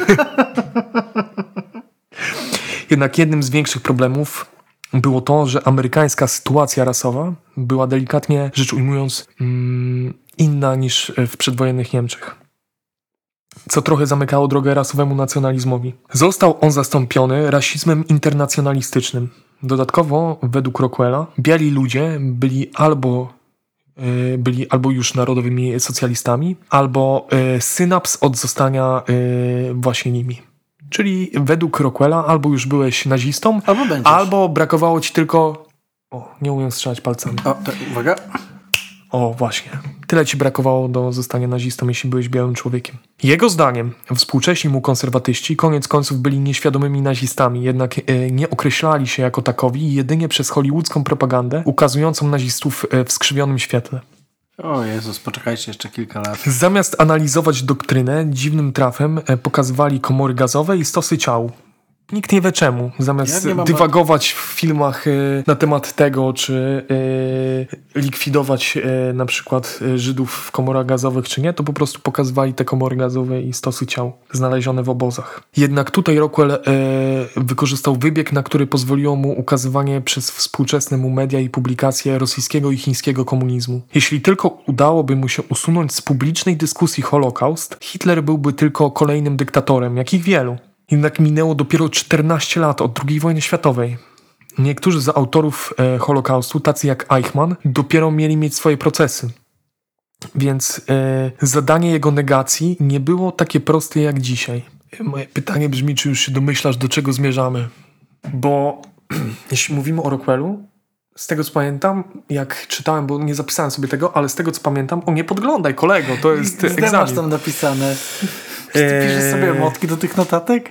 Jednak jednym z większych problemów było to, że amerykańska sytuacja rasowa była delikatnie rzecz ujmując mm, inna niż w przedwojennych Niemczech. Co trochę zamykało drogę rasowemu nacjonalizmowi. Został on zastąpiony rasizmem internacjonalistycznym. Dodatkowo, według Rockwella, biali ludzie byli albo, y, byli albo już narodowymi socjalistami, albo y, synaps od zostania y, właśnie nimi. Czyli według Rockwella albo już byłeś nazistą, Albo będziesz. albo brakowało ci tylko... O, nie umiem strzelać palcami. O, to, uwaga. O, właśnie. Tyle ci brakowało do zostania nazistą, jeśli byłeś białym człowiekiem. Jego zdaniem współcześni mu konserwatyści koniec końców byli nieświadomymi nazistami, jednak e, nie określali się jako takowi jedynie przez hollywoodzką propagandę ukazującą nazistów e, w skrzywionym świetle. O Jezus, poczekajcie jeszcze kilka lat. Zamiast analizować doktrynę, dziwnym trafem e, pokazywali komory gazowe i stosy ciał. Nikt nie wie czemu. Zamiast Ja nie mam- dywagować w filmach y, na temat tego, czy y, likwidować y, na przykład y, Żydów w komorach gazowych, czy nie, to po prostu pokazywali te komory gazowe i stosy ciał znalezione w obozach. Jednak tutaj Rockwell y, wykorzystał wybieg, na który pozwoliło mu ukazywanie przez współczesne mu media i publikacje rosyjskiego i chińskiego komunizmu. Jeśli tylko udałoby mu się usunąć z publicznej dyskusji Holokaust, Hitler byłby tylko kolejnym dyktatorem, jakich wielu. Jednak minęło dopiero czternaście lat od drugiej wojny światowej. Niektórzy z autorów e, Holokaustu, tacy jak Eichmann, dopiero mieli mieć swoje procesy. Więc e, zadanie jego negacji nie było takie proste jak dzisiaj. Moje pytanie brzmi, czy już się domyślasz, do czego zmierzamy? Bo jeśli mówimy o Rockwellu, z tego co pamiętam, jak czytałem, bo nie zapisałem sobie tego, ale z tego co pamiętam, o nie podglądaj, kolego, to jest Masz egzamin. tam napisane. Czy ty piszesz sobie emotki do tych notatek?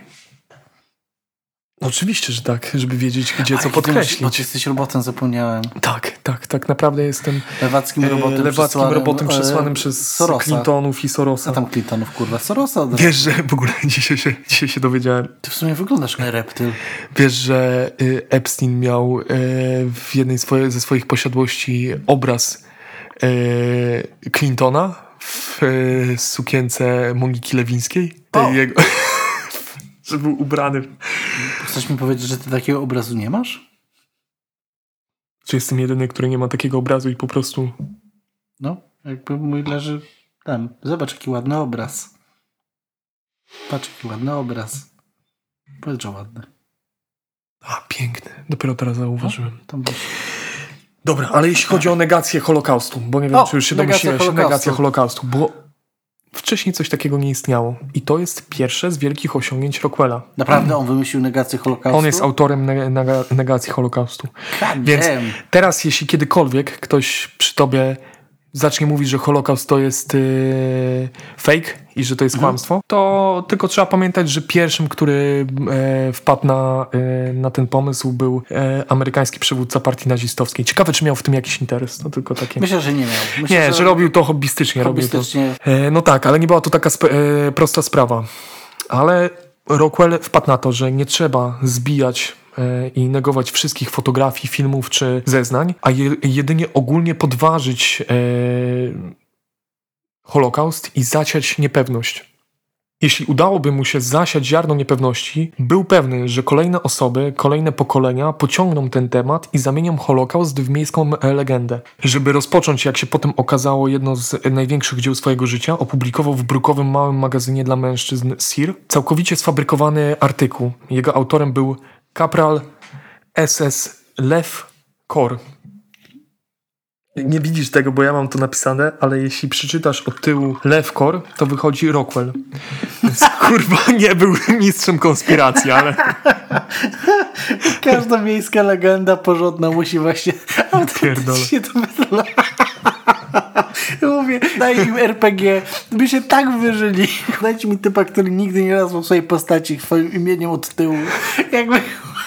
Oczywiście, że tak, żeby wiedzieć, gdzie A, co jaki ty podkreślić. masz- O, ty jesteś robotem, zapomniałem. Tak, tak, tak, naprawdę jestem Lewackim e, robotem lewackim przesłanym, robotem e, przesłanym przez Sorosa. Clintonów i A Sorosa. tam Clintonów, kurwa, Sorosa. Od... Wiesz, że w ogóle dzisiaj się, dzisiaj się dowiedziałem, Ty w sumie wyglądasz jak reptyl. wiesz, że y, Epstein miał y, w jednej swoje, ze swoich posiadłości obraz y, Clintona w y, sukience Moniki Lewińskiej. Tej O! jego, że był ubrany. Chcesz mi powiedzieć, że ty takiego obrazu nie masz? Czy jestem jedyny, który nie ma takiego obrazu i po prostu... No, jakby mój leży tam. Zobacz, jaki ładny obraz. Patrz, jaki ładny obraz. Powiedz, że ładny. A, piękny. Dopiero teraz zauważyłem. Tam byś... Dobra, ale jeśli chodzi o negację Holokaustu, bo nie wiem, O, czy już się negacja domyśliłeś, Holokaustu. negację Holokaustu, bo wcześniej coś takiego nie istniało. I to jest pierwsze z wielkich osiągnięć Rockwella. Naprawdę on wymyślił negację Holokaustu? On jest autorem ne- nega- negacji Holokaustu. God Więc damn. teraz, jeśli kiedykolwiek ktoś przy tobie zacznie mówić, że Holokaust to jest yy, fake i że to jest Mhm. kłamstwo, to tylko trzeba pamiętać, że pierwszym, który e, wpadł na, e, na ten pomysł, był e, amerykański przywódca partii nazistowskiej. Ciekawe, czy miał w tym jakiś interes. To tylko takie... Myślę, że nie miał. Myślę, Nie, że robił to hobbystycznie. hobbystycznie. Robił to. E, no tak, ale nie była to taka sp- e, prosta sprawa. Ale Rockwell wpadł na to, że nie trzeba zbijać e, i negować wszystkich fotografii, filmów czy zeznań, a je, jedynie ogólnie podważyć e, Holokaust i zasiać niepewność. Jeśli udałoby mu się zasiać ziarno niepewności, był pewny, że kolejne osoby, kolejne pokolenia pociągną ten temat i zamienią Holokaust w miejską e, legendę. Żeby rozpocząć, jak się potem okazało, jedno z największych dzieł swojego życia, opublikował w brukowym małym magazynie dla mężczyzn S I R całkowicie sfabrykowany artykuł. Jego autorem był kapral S S Lev Kor. Nie widzisz tego, bo ja mam to napisane, ale jeśli przeczytasz od tyłu Lev Kor, to wychodzi Rockwell. Więc kurwa nie był mistrzem konspiracji, ale... Każda miejska legenda porządna musi właśnie Pierdolę. się to wydla. Mówię, daj im R P G, by się tak wyżyli. Dajcie mi typa, który nigdy nie nazwał swojej postaci swoim imieniem od tyłu. Jakby...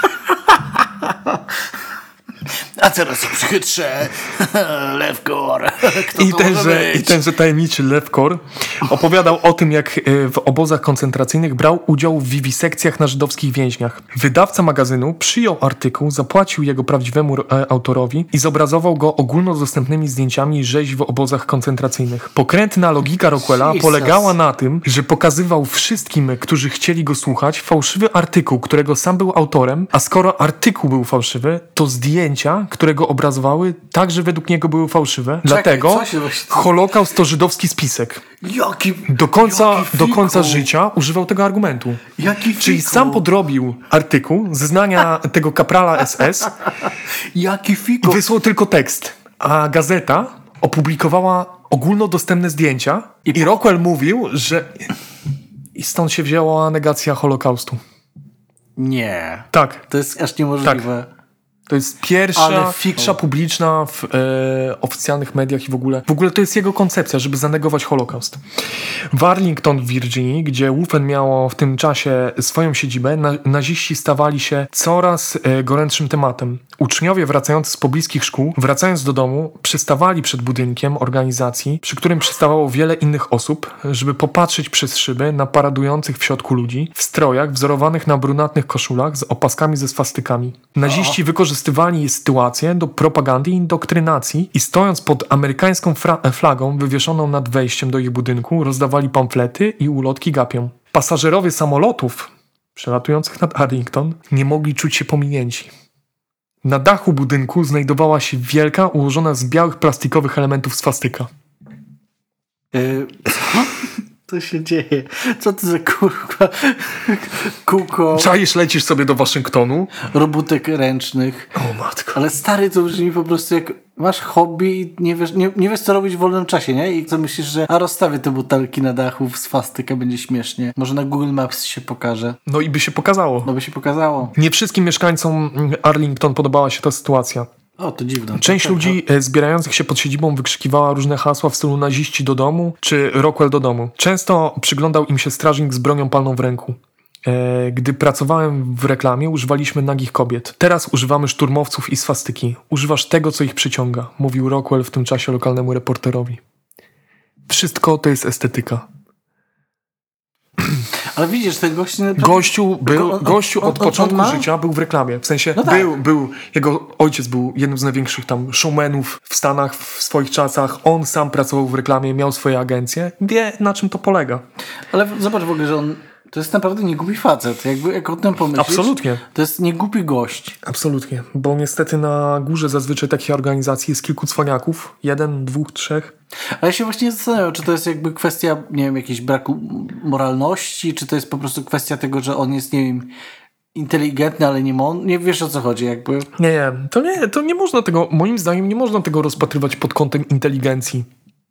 A teraz ich przychytrzę. Lev Kor. Kto I to tenże, może I być? tenże tajemniczy Lev Kor opowiadał o tym, jak w obozach koncentracyjnych brał udział w wiwisekcjach na żydowskich więźniach. Wydawca magazynu przyjął artykuł, zapłacił jego prawdziwemu e, autorowi i zobrazował go ogólnodostępnymi zdjęciami rzeźb w obozach koncentracyjnych. Pokrętna logika Rockwella Jesus. polegała na tym, że pokazywał wszystkim, którzy chcieli go słuchać, fałszywy artykuł, którego sam był autorem, a skoro artykuł był fałszywy, to zdjęcia, które go obrazowały, także według niego były fałszywe. Dlatego co się właśnie- Holokaust to żydowski spisek. Jaki, Do końca, jaki do fiko. końca życia używał tego argumentu. Jaki Czyli fiko. sam podrobił artykuł, zeznania tego kaprala S S Jaki i fiko. wysłał tylko tekst. A gazeta opublikowała ogólnodostępne zdjęcia i, Rockwell mówił, że... I stąd się wzięła negacja Holokaustu. Nie. Tak. To jest aż niemożliwe. To jest pierwsza Ale fiksza publiczna w e, oficjalnych mediach i w ogóle. W ogóle to jest jego koncepcja, żeby zanegować Holokaust. W Arlington w Virginii, gdzie Wuffen miało w tym czasie swoją siedzibę, na, naziści stawali się coraz e, gorętszym tematem. Uczniowie wracający z pobliskich szkół, wracając do domu, przystawali przed budynkiem organizacji, przy którym przystawało wiele innych osób, żeby popatrzeć przez szyby na paradujących w środku ludzi w strojach wzorowanych na brunatnych koszulach z opaskami ze swastykami. Naziści wykorzystywali sytuację do propagandy i indoktrynacji i stojąc pod amerykańską fra- flagą wywieszoną nad wejściem do ich budynku, rozdawali pamflety i ulotki gapiom. Pasażerowie samolotów przelatujących nad Arlington nie mogli czuć się pominięci. Na dachu budynku znajdowała się wielka, ułożona z białych plastikowych elementów swastyka. Yy, co to się dzieje? Co to za kurwa kółko Czaisz, lecisz sobie do Waszyngtonu. robótek ręcznych. O matko. Ale stary, to brzmi po prostu jak masz hobby i nie wiesz, nie, nie wiesz co robić w wolnym czasie, nie? I co myślisz, że a rozstawię te butelki na dachu w swastykę, będzie śmiesznie. Może na Google Maps się pokaże. No i by się pokazało. No by się pokazało. Nie wszystkim mieszkańcom Arlington podobała się ta sytuacja. O, to dziwne. Część tak, ludzi e, zbierających się pod siedzibą wykrzykiwała różne hasła w stylu naziści do domu czy Rockwell do domu. Często przyglądał im się strażnik z bronią palną w ręku. E, gdy pracowałem w reklamie, używaliśmy nagich kobiet. Teraz używamy szturmowców i swastyki. Używasz tego, co ich przyciąga, mówił Rockwell w tym czasie lokalnemu reporterowi. Wszystko to jest estetyka. Ale widzisz, ten gość... Nie... Gościu, był, on- gościu on- od on- początku on ma? życia był w reklamie. W sensie No tak. był, był, jego ojciec był jednym z największych tam showmanów w Stanach w swoich czasach. On sam pracował w reklamie, miał swoje agencje. Wie, na czym to polega. Ale zobacz w ogóle, że on... To jest naprawdę niegłupi facet. Jakby, jak o tym pomyślisz... Absolutnie. To jest niegłupi gość. Absolutnie. Bo niestety na górze zazwyczaj takich organizacji jest kilku cwaniaków. Jeden, dwóch, trzech. Ale ja się właśnie zastanawiam, czy to jest jakby kwestia, nie wiem, jakiejś braku moralności, czy to jest po prostu kwestia tego, że on jest, nie wiem, inteligentny, ale nie mądry. Nie wiesz, o co chodzi, jakby. Nie, nie. To nie, to nie można tego, moim zdaniem nie można tego rozpatrywać pod kątem inteligencji.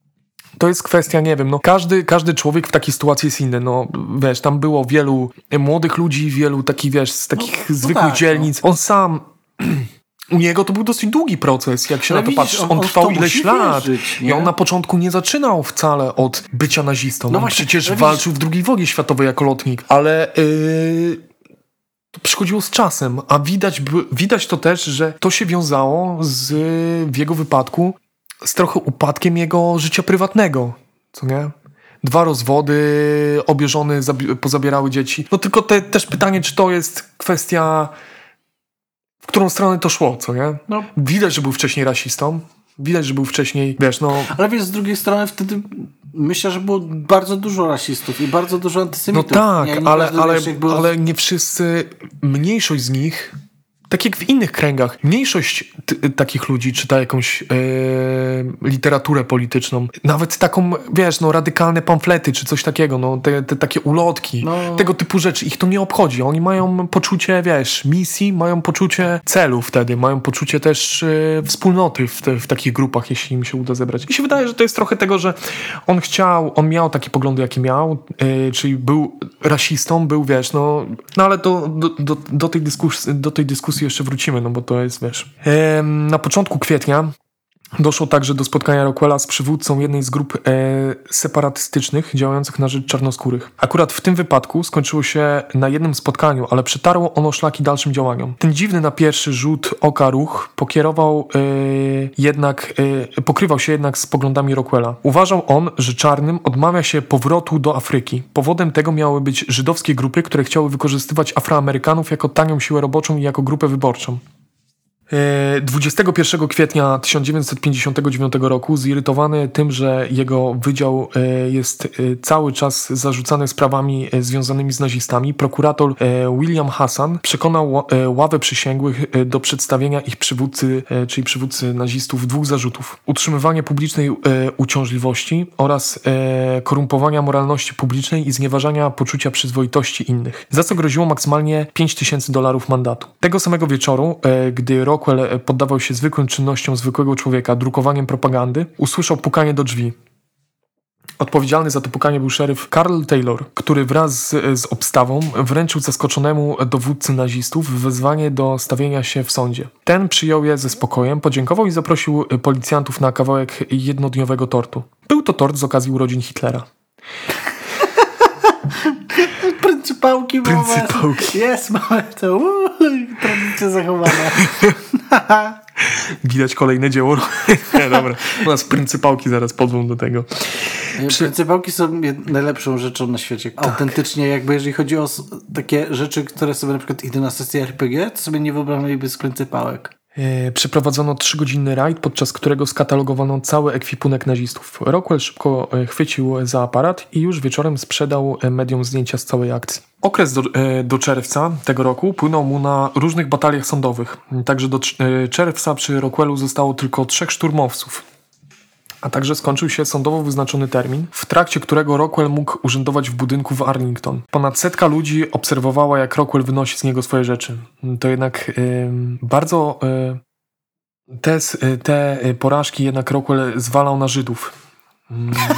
To jest kwestia, nie wiem, no każdy, każdy człowiek w takiej sytuacji jest inny, no wiesz, tam było wielu młodych ludzi, wielu takich, wiesz, z takich no zwykłych tak, dzielnic. On sam, u niego to był dosyć długi proces, jak się Ale na to widzisz, patrzy. on- On on w trwał to ileś musi lat wierzyć, i nie? on na początku nie zaczynał wcale od bycia nazistą. No On właśnie, przecież ale widzisz- walczył w drugiej wojnie światowej jako lotnik, ale... Yy... To przychodziło z czasem, a widać, by- widać to też, że to się wiązało z, w jego wypadku z trochę upadkiem jego życia prywatnego, co nie? Dwa rozwody, obie żony zabi- pozabierały dzieci. No tylko te, też pytanie, czy to jest kwestia, w którą stronę to szło, co nie? No. Widać, że był wcześniej rasistą, widać, że był wcześniej, wiesz, no... Ale wiesz, z drugiej strony wtedy myślę, że było bardzo dużo rasistów i bardzo dużo No antysemitów. tak, Nie, nie ale, każdy, ale, wiesz, jakby- ale nie wszyscy, mniejszość z nich, tak jak w innych kręgach, mniejszość t- takich ludzi czyta jakąś e, literaturę polityczną, nawet taką, wiesz, no radykalne pamflety czy coś takiego, no te, te takie ulotki, No. tego typu rzeczy, ich to nie obchodzi. Oni mają poczucie, wiesz, misji, mają poczucie celu wtedy, mają poczucie też e, wspólnoty w, te, w takich grupach, jeśli im się uda zebrać. Mi się wydaje, że to jest trochę tego, że on chciał, on miał takie poglądy, jakie miał, e, czyli był rasistą, był, wiesz, no, no ale do, do, do, do, tej dyskusji, do tej dyskusji jeszcze wrócimy, no bo to jest, wiesz. Em, na początku kwietnia doszło także do spotkania Rockwella z przywódcą jednej z grup e, separatystycznych działających na rzecz czarnoskórych. Akurat w tym wypadku skończyło się na jednym spotkaniu, ale przetarło ono szlaki dalszym działaniom. Ten dziwny na pierwszy rzut oka ruch pokierował e, jednak, e, pokrywał się jednak z poglądami Rockwella. Uważał on, że czarnym odmawia się powrotu do Afryki. Powodem tego miały być żydowskie grupy, które chciały wykorzystywać Afroamerykanów jako tanią siłę roboczą i jako grupę wyborczą. dwudziestego pierwszego kwietnia tysiąc dziewięćset pięćdziesiątego dziewiątego roku, zirytowany tym, że jego wydział e, jest e, cały czas zarzucany sprawami e, związanymi z nazistami, prokurator e, William Hassan przekonał ła- e, ławę przysięgłych e, do przedstawienia ich przywódcy, e, czyli przywódcy nazistów, dwóch zarzutów. Utrzymywanie publicznej e, uciążliwości oraz e, korumpowania moralności publicznej i znieważania poczucia przyzwoitości innych, za co groziło maksymalnie pięć tysięcy dolarów mandatu. Tego samego wieczoru, e, gdy Rockwell poddawał się zwykłym czynnościom zwykłego człowieka, drukowaniem propagandy, usłyszał pukanie do drzwi. Odpowiedzialny za to pukanie był szeryf Carl Taylor, który wraz z, z obstawą wręczył zaskoczonemu dowódcy nazistów wezwanie do stawienia się w sądzie. Ten przyjął je ze spokojem, podziękował i zaprosił policjantów na kawałek jednodniowego tortu. Był to tort z okazji urodzin Hitlera. Pryncypałki mamy. Pryncypałki. Jest, mamy to. Uuu, tradycja zachowana. Widać kolejne dzieło. Nie, dobra. U nas pryncypałki zaraz podwą do tego. Przy... Pryncypałki są najlepszą rzeczą na świecie. Tak. Autentycznie jakby jeżeli chodzi o takie rzeczy, które sobie na przykład idą na sesję R P G, to sobie nie wyobrażam bez pryncypałek. Przeprowadzono trzygodzinny rajd, podczas którego skatalogowano cały ekwipunek nazistów. Rockwell szybko chwycił za aparat i już wieczorem sprzedał mediom zdjęcia z całej akcji. Okres do, do czerwca tego roku płynął mu na różnych bataliach sądowych. Także do czerwca przy Rockwellu zostało tylko trzech szturmowców. A także skończył się sądowo wyznaczony termin, w trakcie którego Rockwell mógł urzędować w budynku w Arlington. Ponad setka ludzi obserwowała, jak Rockwell wynosi z niego swoje rzeczy. To jednak yy, bardzo... Yy, te, te porażki jednak Rockwell zwalał na Żydów. Yy,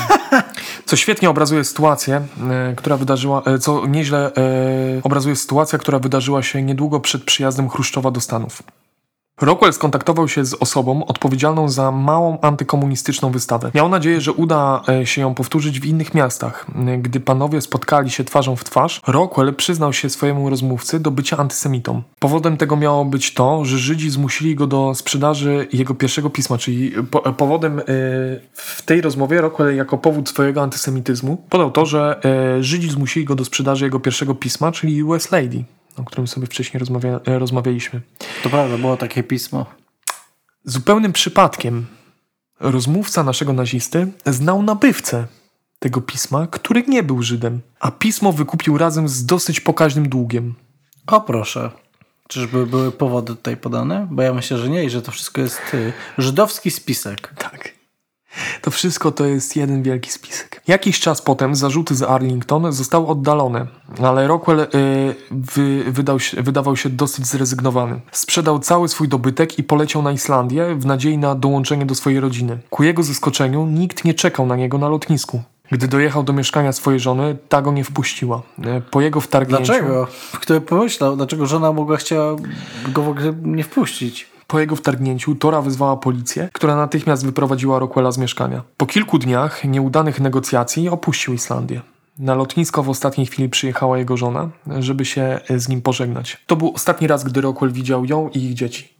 co świetnie obrazuje sytuację, yy, która wydarzyła... Yy, co nieźle yy, obrazuje sytuacja, która wydarzyła się niedługo przed przyjazdem Chruszczowa do Stanów. Rockwell skontaktował się z osobą odpowiedzialną za małą antykomunistyczną wystawę. Miał nadzieję, że uda się ją powtórzyć w innych miastach. Gdy panowie spotkali się twarzą w twarz, Rockwell przyznał się swojemu rozmówcy do bycia antysemitą. Powodem tego miało być to, że Żydzi zmusili go do sprzedaży jego pierwszego pisma, czyli po, powodem yy, w tej rozmowie Rockwell jako powód swojego antysemityzmu podał to, że yy, Żydzi zmusili go do sprzedaży jego pierwszego pisma, czyli U S Lady, o którym sobie wcześniej rozmawia, rozmawialiśmy. To prawda, było takie pismo. Zupełnym przypadkiem rozmówca naszego nazisty znał nabywcę tego pisma, który nie był Żydem, a pismo wykupił razem z dosyć pokaźnym długiem. O proszę. Czyżby były powody tutaj podane? Bo ja myślę, że nie i że to wszystko jest y, żydowski spisek. Tak. To wszystko to jest jeden wielki spisek. Jakiś czas potem zarzuty z Arlington zostały oddalone, ale Rockwell yy, wy, wydał się, wydawał się dosyć zrezygnowany. Sprzedał cały swój dobytek i poleciał na Islandię w nadziei na dołączenie do swojej rodziny. Ku jego zaskoczeniu nikt nie czekał na niego na lotnisku. Gdy dojechał do mieszkania swojej żony, ta go nie wpuściła. Po jego wtargnięciu... Dlaczego? Kto by pomyślał? Dlaczego żona mogła chciała go w ogóle nie wpuścić? Po jego wtargnięciu Tora wezwała policję, która natychmiast wyprowadziła Rockwella z mieszkania. Po kilku dniach nieudanych negocjacji opuścił Islandię. Na lotnisko w ostatniej chwili przyjechała jego żona, żeby się z nim pożegnać. To był ostatni raz, gdy Rockwell widział ją i ich dzieci.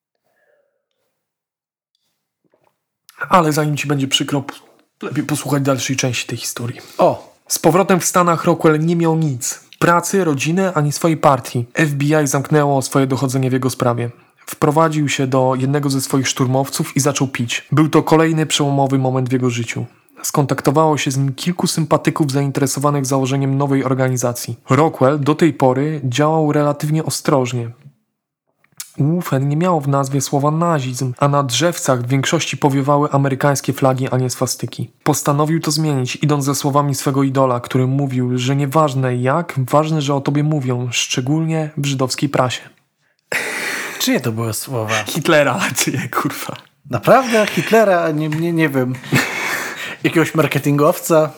Ale zanim ci będzie przykro, lepiej posłuchać dalszej części tej historii. O! Z powrotem w Stanach Rockwell nie miał nic. Pracy, rodziny, ani swojej partii. F B I zamknęło swoje dochodzenie w jego sprawie. Wprowadził się do jednego ze swoich szturmowców i zaczął pić. Był to kolejny przełomowy moment w jego życiu. Skontaktowało się z nim kilku sympatyków zainteresowanych założeniem nowej organizacji. Rockwell do tej pory działał relatywnie ostrożnie. U F N nie miało w nazwie słowa nazizm, a na drzewcach w większości powiewały amerykańskie flagi, a nie swastyki. Postanowił to zmienić, idąc za słowami swego idola, który mówił, że nieważne jak, ważne, że o tobie mówią, szczególnie w żydowskiej prasie. Czyje to były słowa? Hitlera, czyje, kurwa. Naprawdę? Hitlera? Nie, nie, nie wiem. Jakiegoś marketingowca?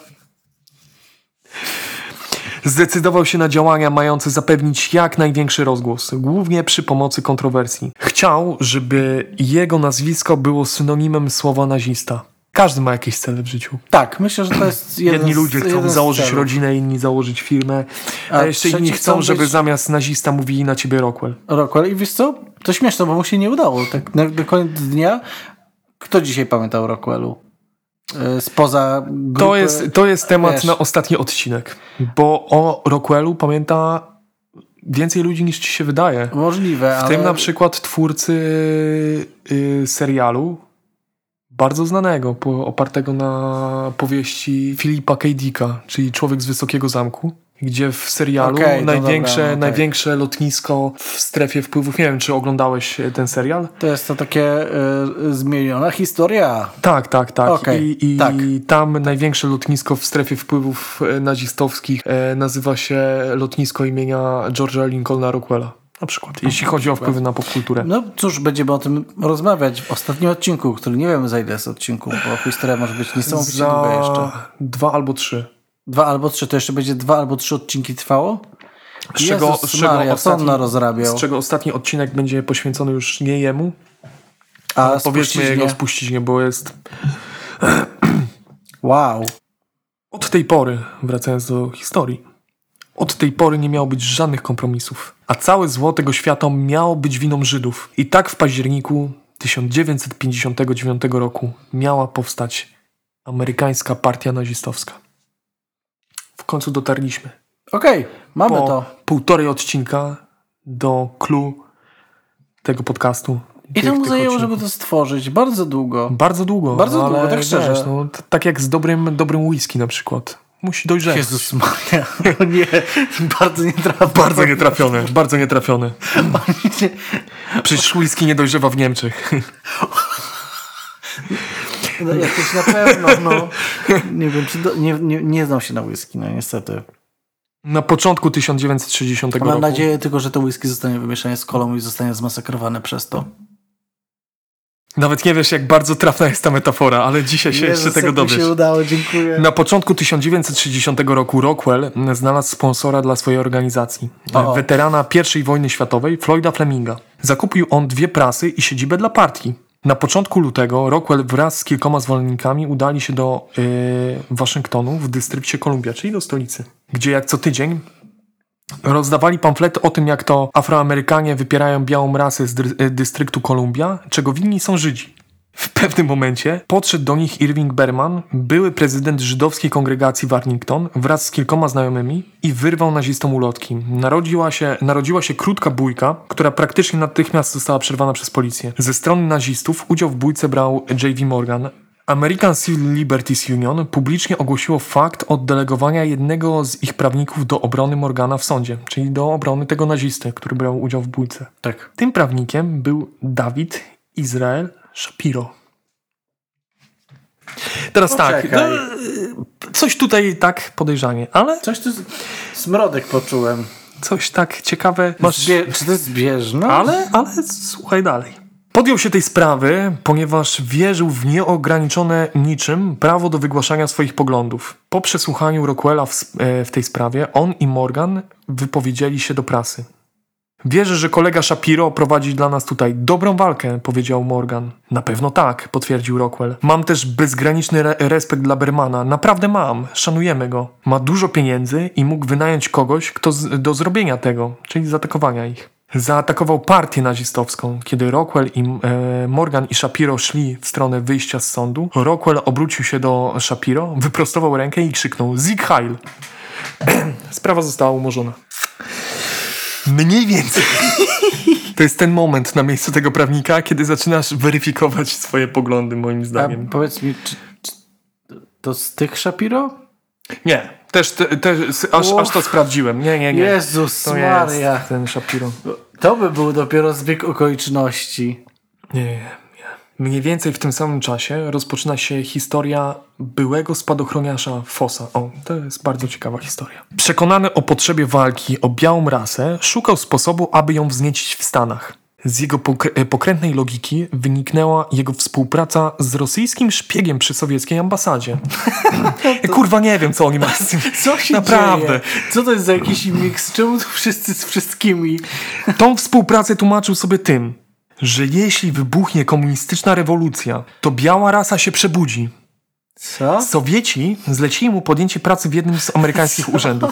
Zdecydował się na działania mające zapewnić jak największy rozgłos, głównie przy pomocy kontrowersji. Chciał, żeby jego nazwisko było synonimem słowa nazista. Każdy ma jakieś cele w życiu. Tak, myślę, że to jest jeden Jedni ludzie z, chcą założyć rodzinę, inni założyć firmę, a, a jeszcze inni chcą, być... żeby zamiast nazista mówili na ciebie Rockwell. Rockwell i wiesz co? To śmieszne, bo mu się nie udało. Tak na, na koniec dnia, kto dzisiaj pamiętał o Rockwellu? Spoza grupy, to jest, to jest temat wiesz. na ostatni odcinek, bo o Rockwellu pamięta więcej ludzi niż ci się wydaje. Możliwe, W ale... tym na przykład twórcy y, serialu bardzo znanego, po, opartego na powieści Philipa K. Dicka, czyli Człowiek z Wysokiego Zamku, gdzie w serialu okay, największe, dobra, okay. największe lotnisko w strefie wpływów. Nie wiem, czy oglądałeś ten serial? To jest to takie y, zmieniona historia. Tak, tak, tak. Okay, I, i tak. tam największe lotnisko w strefie wpływów nazistowskich e, nazywa się lotnisko imienia George'a Lincolna Rockwella. Na przykład, jeśli chodzi o wpływy na popkulturę. No cóż, będziemy o tym rozmawiać w ostatnim odcinku, który nie wiem za ile jest odcinków, bo historia może być niesamowicie za długa jeszcze. Dwa albo trzy. Dwa albo trzy, to jeszcze będzie dwa albo trzy odcinki trwało? Z czego, Jezus z, czego Maria, ostatni, rozrabiał. z czego ostatni odcinek będzie poświęcony już nie jemu, a no, powiedzmy jego spuściźnie, bo jest... Wow. Od tej pory, wracając do historii, Od tej pory nie miało być żadnych kompromisów, a całe zło tego świata miało być winą Żydów. I tak w październiku tysiąc dziewięćset pięćdziesiątego dziewiątego roku miała powstać amerykańska partia nazistowska. W końcu dotarliśmy. Okej, okay, mamy po to. półtorej odcinka do clue tego podcastu. I to mu zajęło, żeby to stworzyć. Bardzo długo. Bardzo długo. Bardzo ale długo, tak szczerze. Wiesz, no, t- tak jak z dobrym, dobrym whisky na przykład. Musi dojrzeć. Jezus Maria. O nie, bardzo nietrafione. Bardzo nietrafione. Bardzo nietrafione. Przecież whisky nie dojrzewa w Niemczech. No, jakoś na pewno, no. Nie wiem, czy do, nie, nie, nie znam się na whisky, no niestety. Na początku tysiąc dziewięćset sześćdziesiątego Mam roku. nadzieję tylko, że to whisky zostanie wymieszane z kolą i zostanie zmasakrowane przez to. Nawet nie wiesz, jak bardzo trafna jest ta metafora, ale dzisiaj się Jezus, jeszcze tego dowiesz. mi się udało, dziękuję. Na początku tysiąc dziewięćset sześćdziesiątego roku Rockwell znalazł sponsora dla swojej organizacji. O. Weterana pierwszej wojny światowej Floyda Fleminga. Zakupił on dwie prasy i siedzibę dla partii. Na początku lutego Rockwell wraz z kilkoma zwolennikami udali się do yy, Waszyngtonu w dystrykcie Columbia, czyli do stolicy, gdzie jak co tydzień rozdawali pamflety o tym, jak to Afroamerykanie wypierają białą rasę z dy- dystryktu Columbia, czego winni są Żydzi. W pewnym momencie podszedł do nich Irving Berman, były prezydent żydowskiej kongregacji w Arlington, wraz z kilkoma znajomymi i wyrwał nazistom ulotki. Narodziła się, narodziła się krótka bójka, która praktycznie natychmiast została przerwana przez policję. Ze strony nazistów udział w bójce brał J V Morgan. American Civil Liberties Union publicznie ogłosiło fakt oddelegowania jednego z ich prawników do obrony Morgana w sądzie, czyli do obrony tego nazisty, który brał udział w bójce. Tak. Tym prawnikiem był David Israel Shapiro. Teraz Poczekaj. tak, no, coś tutaj tak podejrzanie, ale Coś tu z... smrodek poczułem. coś tak ciekawe. Masz... Zbie... Czy to jest zbieżno? Ale, ale słuchaj dalej. Podjął się tej sprawy, ponieważ wierzył w nieograniczone niczym prawo do wygłaszania swoich poglądów. Po przesłuchaniu Rockwella w, w tej sprawie, on i Morgan wypowiedzieli się do prasy. Wierzę, że kolega Shapiro prowadzi dla nas tutaj dobrą walkę, powiedział Morgan. Na pewno tak, potwierdził Rockwell. Mam też bezgraniczny re- respekt dla Bermana. Naprawdę mam. Szanujemy go. Ma dużo pieniędzy i mógł wynająć kogoś, kto z- do zrobienia tego, czyli zaatakowania ich. Zaatakował partię nazistowską. Kiedy Rockwell i e, Morgan i Shapiro szli w stronę wyjścia z sądu, Rockwell obrócił się do Shapiro, wyprostował rękę i krzyknął Sieg Heil. Sprawa została umorzona. Mniej więcej. To jest ten moment na miejscu tego prawnika, kiedy zaczynasz weryfikować swoje poglądy, moim zdaniem. A powiedz mi, czy, czy to z tych Shapiro? Nie, też, te, też aż, aż to sprawdziłem. Nie, nie, nie. Jezus to Maria. jest ten Shapiro. To by był dopiero zbieg okoliczności. Nie, nie, nie. Mniej więcej w tym samym czasie rozpoczyna się historia byłego spadochroniarza Fossa. O, to jest bardzo ciekawa historia. Przekonany o potrzebie walki o białą rasę, szukał sposobu, aby ją wzniecić w Stanach. Z jego pokr- pokrętnej logiki wyniknęła jego współpraca z rosyjskim szpiegiem przy sowieckiej ambasadzie. Ja kurwa nie wiem, co oni mają z tym. Co się Naprawdę. dzieje? Co to jest za jakiś miks? Czemu tu wszyscy z wszystkimi? Tą współpracę tłumaczył sobie tym, że jeśli wybuchnie komunistyczna rewolucja, to biała rasa się przebudzi. Co? Sowieci zlecili mu podjęcie pracy w jednym z amerykańskich Co? urzędów.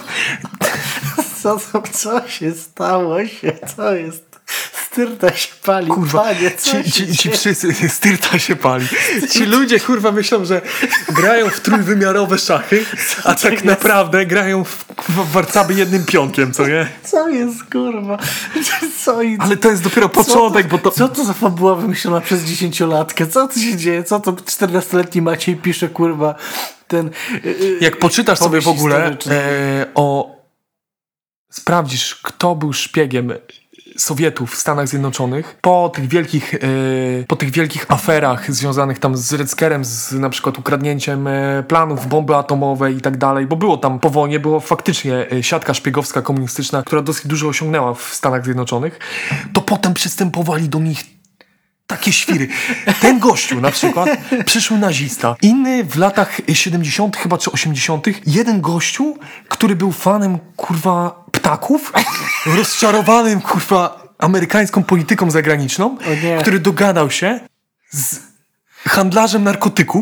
Co, co, co się stało się? Co jest? Styrta się pali. Kurwa, Panie, co ci, się ci, ci dzieje? wszyscy, styrta się pali. Ci ludzie kurwa myślą, że grają w trójwymiarowe szachy, a tak jest? naprawdę grają w, w warcaby jednym pionkiem, co nie? Co jest, kurwa? Co i... Ale to jest dopiero początek, bo to... Co to za fabuła wymyślona przez dziesięciolatkę? Co tu się dzieje? Co to czternastoletni Maciej pisze, kurwa, ten... Yy, Jak poczytasz sobie w ogóle historyczny. e, o... Sprawdzisz, kto był szpiegiem Sowietów w Stanach Zjednoczonych po tych wielkich, e, po tych wielkich aferach związanych tam z Reckerem, z na przykład ukradnięciem e, planów bomby atomowej i tak dalej, bo było tam po wojnie, było faktycznie e, siatka szpiegowska komunistyczna, która dosyć dużo osiągnęła w Stanach Zjednoczonych, to potem przystępowali do nich takie świry. Ten gościu na przykład, przyszły nazista. Inny w latach siedemdziesiątych chyba czy osiemdziesiątych jeden gościu, który był fanem kurwa ptaków, rozczarowanym kurwa amerykańską polityką zagraniczną, nie. który dogadał się z handlarzem narkotyków,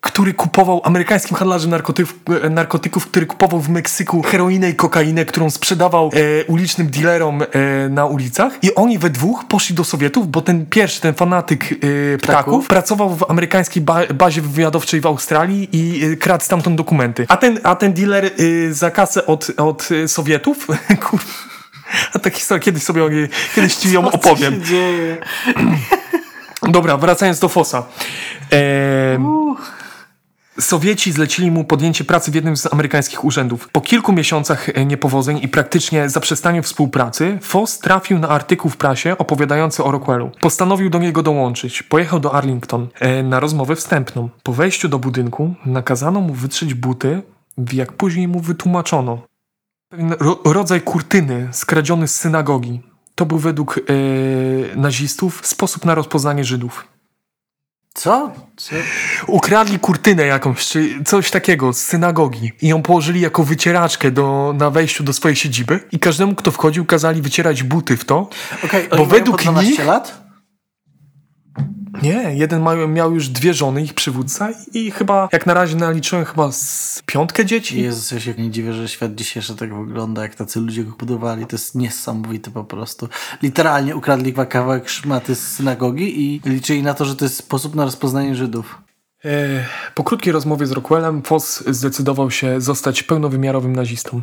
który kupował, amerykańskim handlarzem narkotyków, narkotyków, który kupował w Meksyku heroinę i kokainę, którą sprzedawał e, ulicznym dealerom e, na ulicach. I oni we dwóch poszli do Sowietów, bo ten pierwszy, ten fanatyk e, ptaków, ptaków, pracował w amerykańskiej ba- bazie wywiadowczej w Australii i e, kradł stamtąd dokumenty. A ten, a ten dealer e, za kasę od, od Sowietów, kurwa, a ta historia, kiedyś sobie o niej, kiedyś ci ją opowiem. Co się dzieje? Dobra, wracając do Fossa. E, Sowieci zlecili mu podjęcie pracy w jednym z amerykańskich urzędów. Po kilku miesiącach niepowodzeń i praktycznie zaprzestaniu współpracy, Foss trafił na artykuł w prasie opowiadający o Rockwellu. Postanowił do niego dołączyć. Pojechał do Arlington e, na rozmowę wstępną. Po wejściu do budynku nakazano mu wytrzeć buty, jak później mu wytłumaczono. Pewien ro- rodzaj kurtyny skradziony z synagogi. To był według e, nazistów sposób na rozpoznanie Żydów. Co? Co? Ukradli kurtynę jakąś, czy coś takiego z synagogi i ją położyli jako wycieraczkę do, na wejściu do swojej siedziby i każdemu, kto wchodził, kazali wycierać buty w to. Okej, bo według po nich lat? Nie, jeden ma, miał już dwie żony, ich przywódca i chyba, jak na razie naliczyłem chyba z piątkę dzieci. Jezus, ja się nie dziwię, że świat dzisiejszy tak wygląda, jak tacy ludzie go budowali. To jest niesamowite po prostu. Literalnie ukradli kawałek szmaty z synagogi i liczyli na to, że to jest sposób na rozpoznanie Żydów. E, po krótkiej rozmowie z Rockwellem Foss zdecydował się zostać pełnowymiarowym nazistą.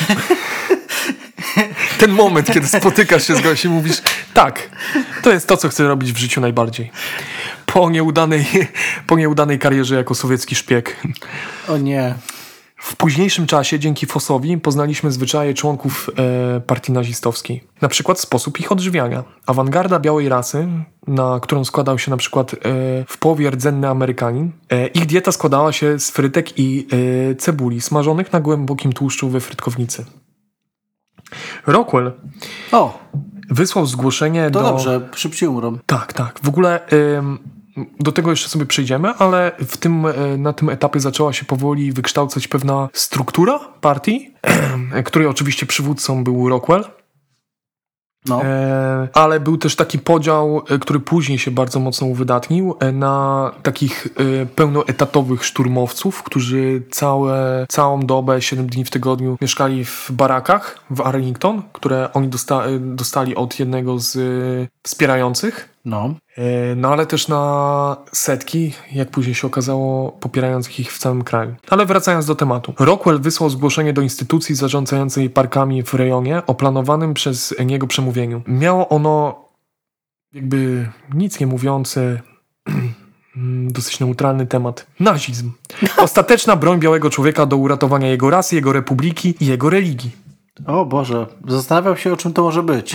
Ten moment, kiedy spotykasz się z gościem i mówisz, tak, to jest to, co chcę robić w życiu najbardziej. Po nieudanej, po nieudanej karierze jako sowiecki szpieg. O nie. W późniejszym czasie, dzięki Fossowi, poznaliśmy zwyczaje członków e, partii nazistowskiej. Na przykład sposób ich odżywiania. Awangarda białej rasy, na którą składał się na przykład e, w połowie rdzenny Amerykanin. E, ich dieta składała się z frytek i e, cebuli smażonych na głębokim tłuszczu we frytkownicy. Rockwell o. wysłał zgłoszenie to do... To dobrze, szybciej umrą. Tak, tak. W ogóle ym, do tego jeszcze sobie przejdziemy, ale w tym, y, na tym etapie zaczęła się powoli wykształcać pewna struktura partii, której oczywiście przywódcą był Rockwell. No. E, ale był też taki podział, e, który później się bardzo mocno uwydatnił, e, na takich e, pełnoetatowych szturmowców, którzy całe, całą dobę, siedem dni w tygodniu mieszkali w barakach w Arlington, które oni dosta- dostali od jednego z e, wspierających. No. E, no ale też na setki, jak później się okazało, popierających ich w całym kraju. Ale wracając do tematu. Rockwell wysłał zgłoszenie do instytucji zarządzającej parkami w rejonie o planowanym przez niego przemówieniu. Miało ono jakby nic nie mówiący, dosyć neutralny temat. Nazizm. Ostateczna broń białego człowieka do uratowania jego rasy, jego republiki i jego religii. O Boże, zastanawiam się, o czym to może być.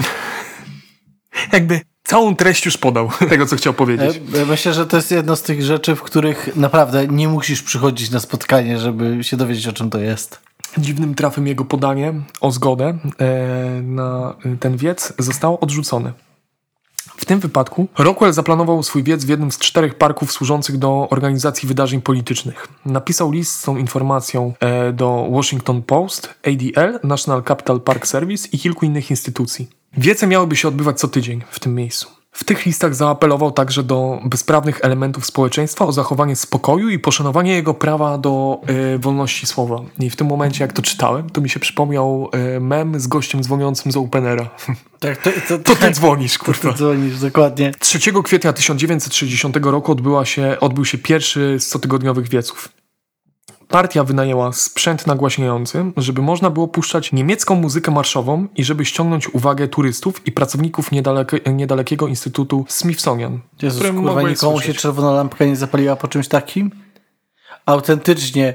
Jakby całą treść już podał tego, co chciał powiedzieć. Myślę, że to jest jedna z tych rzeczy, w których naprawdę nie musisz przychodzić na spotkanie, żeby się dowiedzieć, o czym to jest. Dziwnym trafem jego podanie o zgodę e, na ten wiec zostało odrzucone. W tym wypadku Rockwell zaplanował swój wiec w jednym z czterech parków służących do organizacji wydarzeń politycznych. Napisał list z tą informacją e, do Washington Post, A D L, National Capital Park Service i kilku innych instytucji. Wiece miałyby się odbywać co tydzień w tym miejscu. W tych listach zaapelował także do bezprawnych elementów społeczeństwa o zachowanie spokoju i poszanowanie jego prawa do y, wolności słowa. I w tym momencie, jak to czytałem, to mi się przypomniał y, mem z gościem dzwoniącym z Openera. Tak, to, to, to ty dzwonisz, kurwa. To ty dzwonisz, dokładnie. trzeciego kwietnia tysiąc dziewięćset sześćdziesiątego roku odbyła się, odbył się pierwszy z cotygodniowych wieców. Partia wynajęła sprzęt nagłaśniający, żeby można było puszczać niemiecką muzykę marszową i żeby ściągnąć uwagę turystów i pracowników niedaleke, niedalekiego Instytutu Smithsonian. Jezus, kurwa, nikomu się czerwona lampka nie zapaliła po czymś takim? Autentycznie.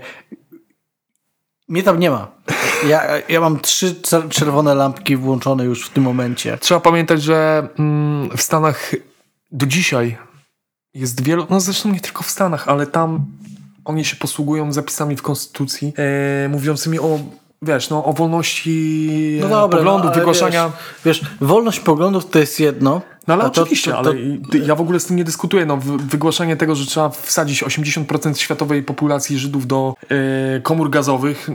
Mnie tam nie ma. Ja, ja mam trzy czerwone lampki włączone już w tym momencie. Trzeba pamiętać, że mm, w Stanach do dzisiaj jest wielu, no zresztą nie tylko w Stanach, ale tam oni się posługują zapisami w Konstytucji e, mówiącymi o, wiesz, no, o wolności no dobra, poglądów, no, wygłaszania. Wiesz, wiesz, wolność poglądów to jest jedno. No ale to, oczywiście, to, to, to... ale ja w ogóle z tym nie dyskutuję. No, wygłaszanie tego, że trzeba wsadzić osiemdziesiąt procent światowej populacji Żydów do e, komór gazowych.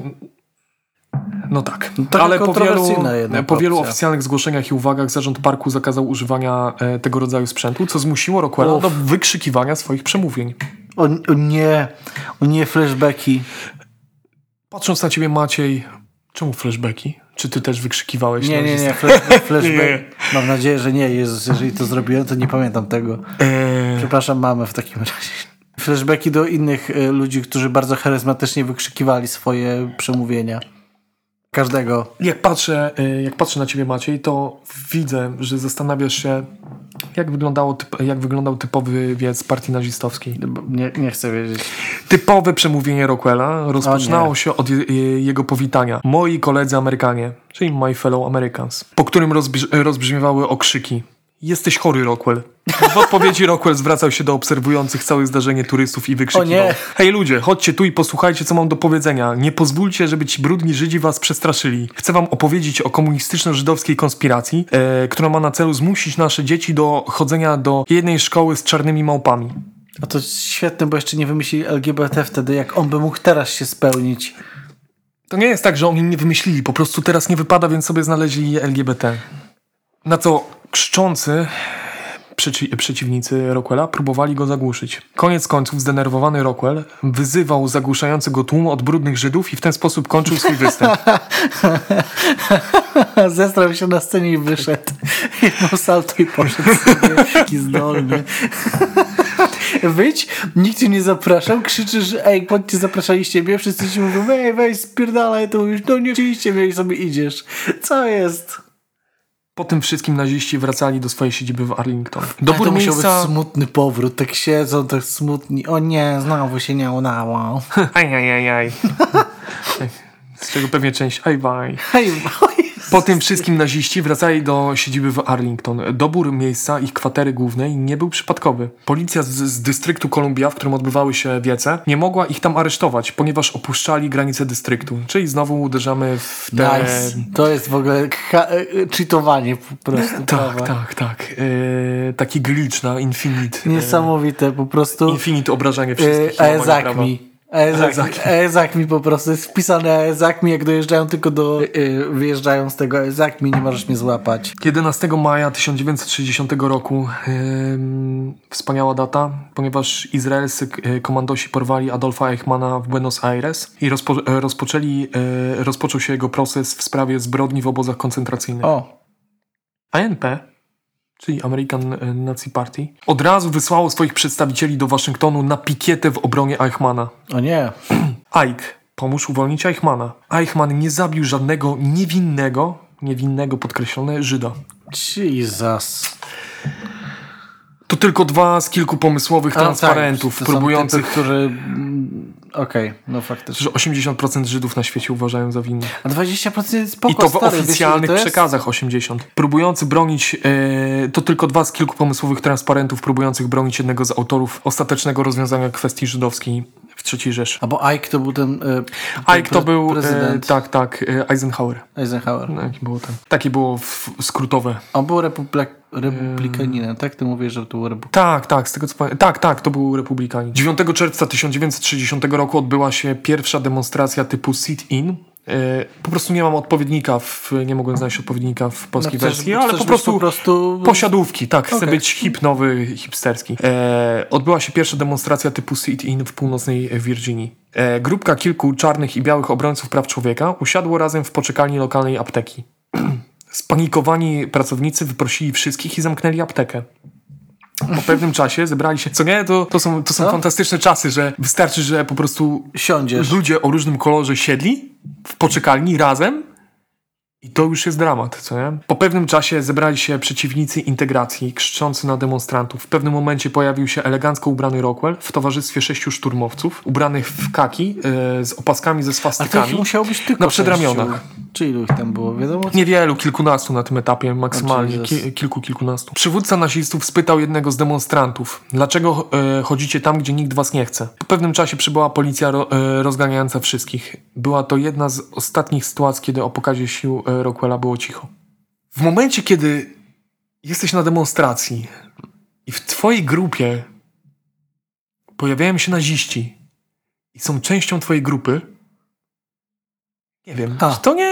No tak, no, ale po wielu, po wielu opcja. oficjalnych zgłoszeniach i uwagach zarząd parku zakazał używania e, tego rodzaju sprzętu, co zmusiło Rockwella do wykrzykiwania swoich przemówień. O, o nie, o nie, flashbacki. Patrząc na ciebie, Maciej, czemu flashbacki? Czy ty też wykrzykiwałeś? Nie, nie, nie, flashback, flashback. Mam nadzieję, że nie. Jezus, jeżeli to zrobiłem, to nie pamiętam tego. Eee... Przepraszam mamę w takim razie. Flashbacki do innych y, ludzi, którzy bardzo charyzmatycznie wykrzykiwali swoje przemówienia. Każdego. Jak patrzę, y, jak patrzę na ciebie, Maciej, to widzę, że zastanawiasz się, jak, wyglądało typ, jak wyglądał typowy wiec partii nazistowskiej. Nie, nie chcę wiedzieć. Typowe przemówienie Rockwella rozpoczynało się od je, jego powitania. Moi koledzy Amerykanie, czyli my fellow Americans, po którym rozbrz rozbrzmiewały okrzyki. Jesteś chory, Rockwell. W odpowiedzi Rockwell zwracał się do obserwujących całe zdarzenie turystów i wykrzykiwał: hej ludzie, chodźcie tu i posłuchajcie, co mam do powiedzenia. Nie pozwólcie, żeby ci brudni Żydzi was przestraszyli. Chcę wam opowiedzieć o komunistyczno-żydowskiej konspiracji, e, która ma na celu zmusić nasze dzieci do chodzenia do jednej szkoły z czarnymi małpami. A to świetne, bo jeszcze nie wymyślili L G B T wtedy, jak on by mógł teraz się spełnić. To nie jest tak, że oni nie wymyślili, po prostu teraz nie wypada, więc sobie znaleźli L G B T. Na co krzyczący przeci przeciwnicy Rockwella próbowali go zagłuszyć. Koniec końców zdenerwowany Rockwell wyzywał zagłuszający go tłum od brudnych Żydów i w ten sposób kończył swój występ. Zestrał się na scenie i wyszedł. Jedną salto i poszedł sobie taki zdolny. Wyjdź, nikt cię nie zapraszał, krzyczysz, ej, chodźcie, zapraszaliście mnie, wszyscy ci mówią, ej, weź, spierdalaj to już, no nie chcieliście mnie i sobie idziesz. Co jest? Po tym wszystkim naziści wracali do swojej siedziby w Arlington. Dobór to musiał miejsca... być smutny powrót, tak siedzą, tak smutni. O nie, znowu się nie udało. Ajajajaj. Z czego pewnie część aj baj. Hej, Po tym wszystkim naziści wracali do siedziby w Arlington. Dobór miejsca ich kwatery głównej nie był przypadkowy. Policja z, z dystryktu Columbia, w którym odbywały się wiece, nie mogła ich tam aresztować, ponieważ opuszczali granice dystryktu. Czyli znowu uderzamy w te... Nice. To jest w ogóle cheatowanie po prostu. Tak, prawa. tak, tak. Yy, taki glitch na Infinite. Niesamowite, po prostu. Infinite obrażanie wszystkich. Yy, Ezakmi. Ezak mi po prostu jest wpisane Ezak mi, jak dojeżdżają tylko do yy, wyjeżdżają z tego Ezak mi, nie możesz mnie złapać. jedenastego maja tysiąc dziewięćset sześćdziesiątego roku yy, wspaniała data, ponieważ izraelscy komandosi porwali Adolfa Eichmana w Buenos Aires i rozpo, rozpoczęli, yy, rozpoczął się jego proces w sprawie zbrodni w obozach koncentracyjnych. O. A N P, czyli American Nazi Party, od razu wysłało swoich przedstawicieli do Waszyngtonu na pikietę w obronie Eichmana. O nie. Ike, pomóż uwolnić Eichmana. Eichmann nie zabił żadnego niewinnego, niewinnego podkreślone Żyda. Jesus. To tylko dwa z kilku pomysłowych A, transparentów tak, próbujących... Typy, którzy... Okej, okay, no faktycznie. Że osiemdziesiąt procent Żydów na świecie uważają za winnych. A dwadzieścia procent jest spoko, I to w stary, oficjalnych wiesz, przekazach osiemdziesiąt procent. Próbujący bronić... E, to tylko dwa z kilku pomysłowych transparentów próbujących bronić jednego z autorów ostatecznego rozwiązania kwestii żydowskiej w trzeciej Rzeszy. A bo Ike to był ten... E, ten Ike to był... Prezydent. E, tak, tak. E, Eisenhower. Eisenhower. No, jaki było ten. Takie było w, skrótowe. On był republik republikaninem, tak? Ty mówisz, że to był republikanin. Tak, tak, z tego co pamiętam. Tak, tak, to był republikanin. dziewiątego czerwca tysiąc dziewięćset sześćdziesiątego roku odbyła się pierwsza demonstracja typu sit-in. Po prostu nie mam odpowiednika, w, nie mogłem znaleźć odpowiednika w polskiej no, chcesz, wersji, ale po prostu, po prostu posiadówki, tak, okay. Chcę być hip, nowy, hipsterski. E, odbyła się pierwsza demonstracja typu sit-in w północnej Virginii. E, grupka kilku czarnych i białych obrońców praw człowieka usiadło razem w poczekalni lokalnej apteki. Spanikowani pracownicy wyprosili wszystkich i zamknęli aptekę. Po pewnym czasie zebrali się... Co nie? To, to są, to są fantastyczne czasy, że wystarczy, że po prostu siądziesz. Ludzie o różnym kolorze siedli w poczekalni razem i to już jest dramat, co nie? Po pewnym czasie zebrali się przeciwnicy integracji, krzyczący na demonstrantów. W pewnym momencie pojawił się elegancko ubrany Rockwell w towarzystwie sześciu szturmowców, ubranych w kaki yy, z opaskami ze swastykami. A to musiało być tylko na przedramionach. Czy ilu ich tam było? Wiadomo? Niewielu, kilkunastu na tym etapie maksymalnie. Ki kilku, kilkunastu. Przywódca nazistów spytał jednego z demonstrantów, dlaczego e, chodzicie tam, gdzie nikt was nie chce. Po pewnym czasie przybyła policja ro, e, rozganiająca wszystkich. Była to jedna z ostatnich sytuacji, kiedy o pokazie sił e, Rockwella było cicho. W momencie, kiedy jesteś na demonstracji i w twojej grupie pojawiają się naziści i są częścią twojej grupy, nie wiem, A. to nie, nie,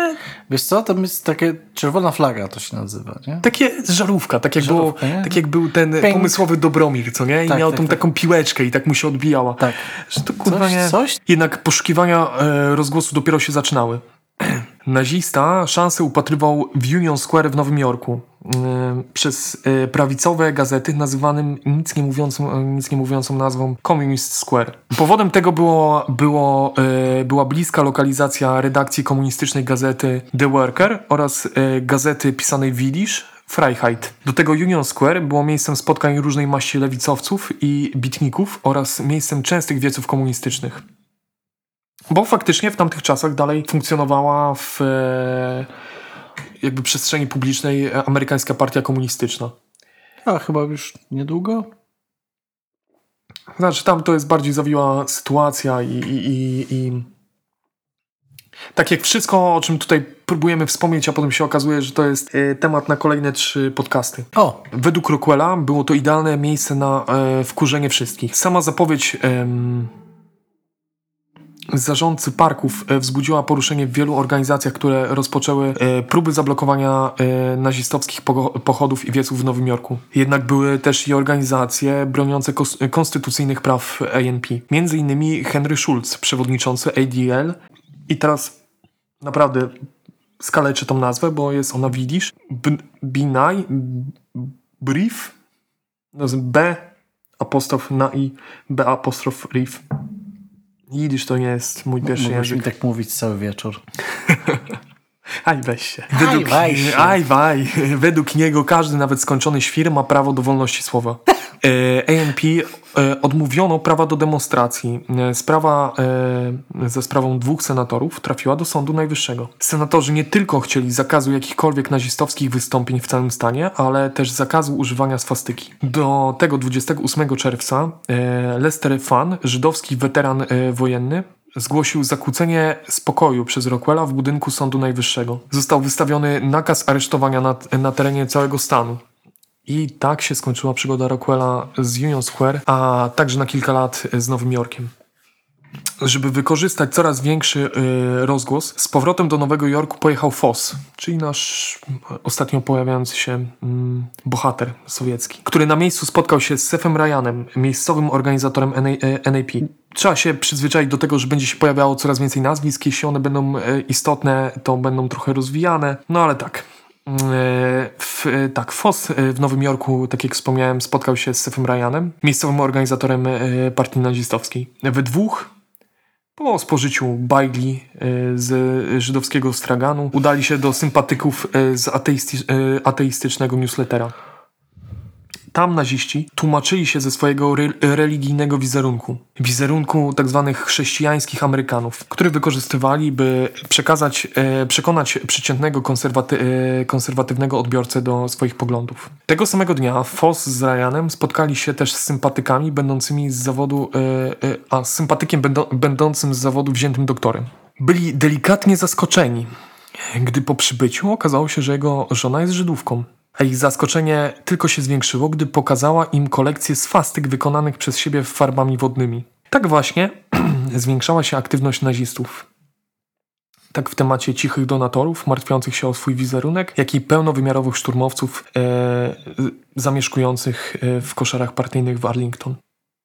takie... Wiesz co, tam jest takie czerwona flaga, to się nazywa, nie? Takie żarówka, tak jak, Żarówka, było, nie? tak jak był ten Pęk. pomysłowy Dobromir, co nie? I Tak, miał tak, tą tak. taką piłeczkę i tak mu się odbijała. Tak. Że to kurwa Coś, nie... coś? Jednak poszukiwania e, rozgłosu dopiero się zaczynały. Nazista szansę upatrywał w Union Square w Nowym Jorku e, przez e, prawicowe gazety nazywanym nic nie mówiącą, nic nie mówiącą nazwą Communist Square. Powodem tego było, było, e, była bliska lokalizacja redakcji komunistycznej gazety The Worker oraz e, gazety pisanej w jidysz Freiheit. Do tego Union Square było miejscem spotkań różnej maści lewicowców i bitników oraz miejscem częstych wieców komunistycznych. Bo faktycznie w tamtych czasach dalej funkcjonowała w e, jakby przestrzeni publicznej amerykańska partia komunistyczna. A chyba już niedługo? Znaczy tam to jest bardziej zawiła sytuacja i, i, i, i tak jak wszystko, o czym tutaj próbujemy wspomnieć, a potem się okazuje, że to jest e, temat na kolejne trzy podcasty. O! Według Rockwella było to idealne miejsce na e, wkurzenie wszystkich. Sama zapowiedź em, zarządcy parków wzbudziła poruszenie w wielu organizacjach, które rozpoczęły e, próby zablokowania e, nazistowskich po- pochodów i wieców w Nowym Jorku. Jednak były też i organizacje broniące kos- konstytucyjnych praw A N P. Między innymi Henry Schulz, przewodniczący A D L. I teraz naprawdę skaleczę tą nazwę, bo jest ona w jidysz. B- Binaj Brief. B apostrof na i B apostrof Rief. Jidysz to nie jest mój pierwszy Mógłbyś język. mi tak mówić cały wieczór. Aj, weź się. Aj, weź się. Aj, waj. Według niego każdy, nawet skończony świr, ma prawo do wolności słowa. A N P e, odmówiono prawa do demonstracji. E, Sprawa e, ze sprawą dwóch senatorów trafiła do Sądu Najwyższego. Senatorzy nie tylko chcieli zakazu jakichkolwiek nazistowskich wystąpień w całym stanie, ale też zakazu używania swastyki. Do tego dwudziestego ósmego czerwca e, Lester Fan, żydowski weteran e, wojenny, zgłosił zakłócenie spokoju przez Rockwella w budynku Sądu Najwyższego. Został wystawiony nakaz aresztowania na, na terenie całego stanu. I tak się skończyła przygoda Rockwella z Union Square, a także na kilka lat z Nowym Jorkiem. Żeby wykorzystać coraz większy y, rozgłos, z powrotem do Nowego Jorku pojechał Foss, czyli nasz ostatnio pojawiający się y, bohater sowiecki, który na miejscu spotkał się z Sefem Ryanem, miejscowym organizatorem N A P. Trzeba się przyzwyczaić do tego, że będzie się pojawiało coraz więcej nazwisk. Jeśli one będą y, istotne, to będą trochę rozwijane. No ale tak. W, tak, Foss w Nowym Jorku, tak jak wspomniałem, spotkał się z Sefem Ryanem, miejscowym organizatorem partii nazistowskiej. We dwóch, po spożyciu bajgli z żydowskiego straganu, udali się do sympatyków z ateisti- ateistycznego newslettera. Tam naziści tłumaczyli się ze swojego re- religijnego wizerunku. Wizerunku tak zwanych chrześcijańskich Amerykanów, który wykorzystywali, by przekazać, e, przekonać przeciętnego konserwaty- e, konserwatywnego odbiorcę do swoich poglądów. Tego samego dnia Foss z Ryanem spotkali się też z sympatykami będącymi z zawodu, e, e, a z sympatykiem będą- będącym z zawodu wziętym doktorem. Byli delikatnie zaskoczeni, gdy po przybyciu okazało się, że jego żona jest Żydówką. A ich zaskoczenie tylko się zwiększyło, gdy pokazała im kolekcję swastyk wykonanych przez siebie farbami wodnymi. Tak właśnie zwiększała się aktywność nazistów. Tak w temacie cichych donatorów, martwiących się o swój wizerunek, jak i pełnowymiarowych szturmowców e, zamieszkujących w koszarach partyjnych w Arlington.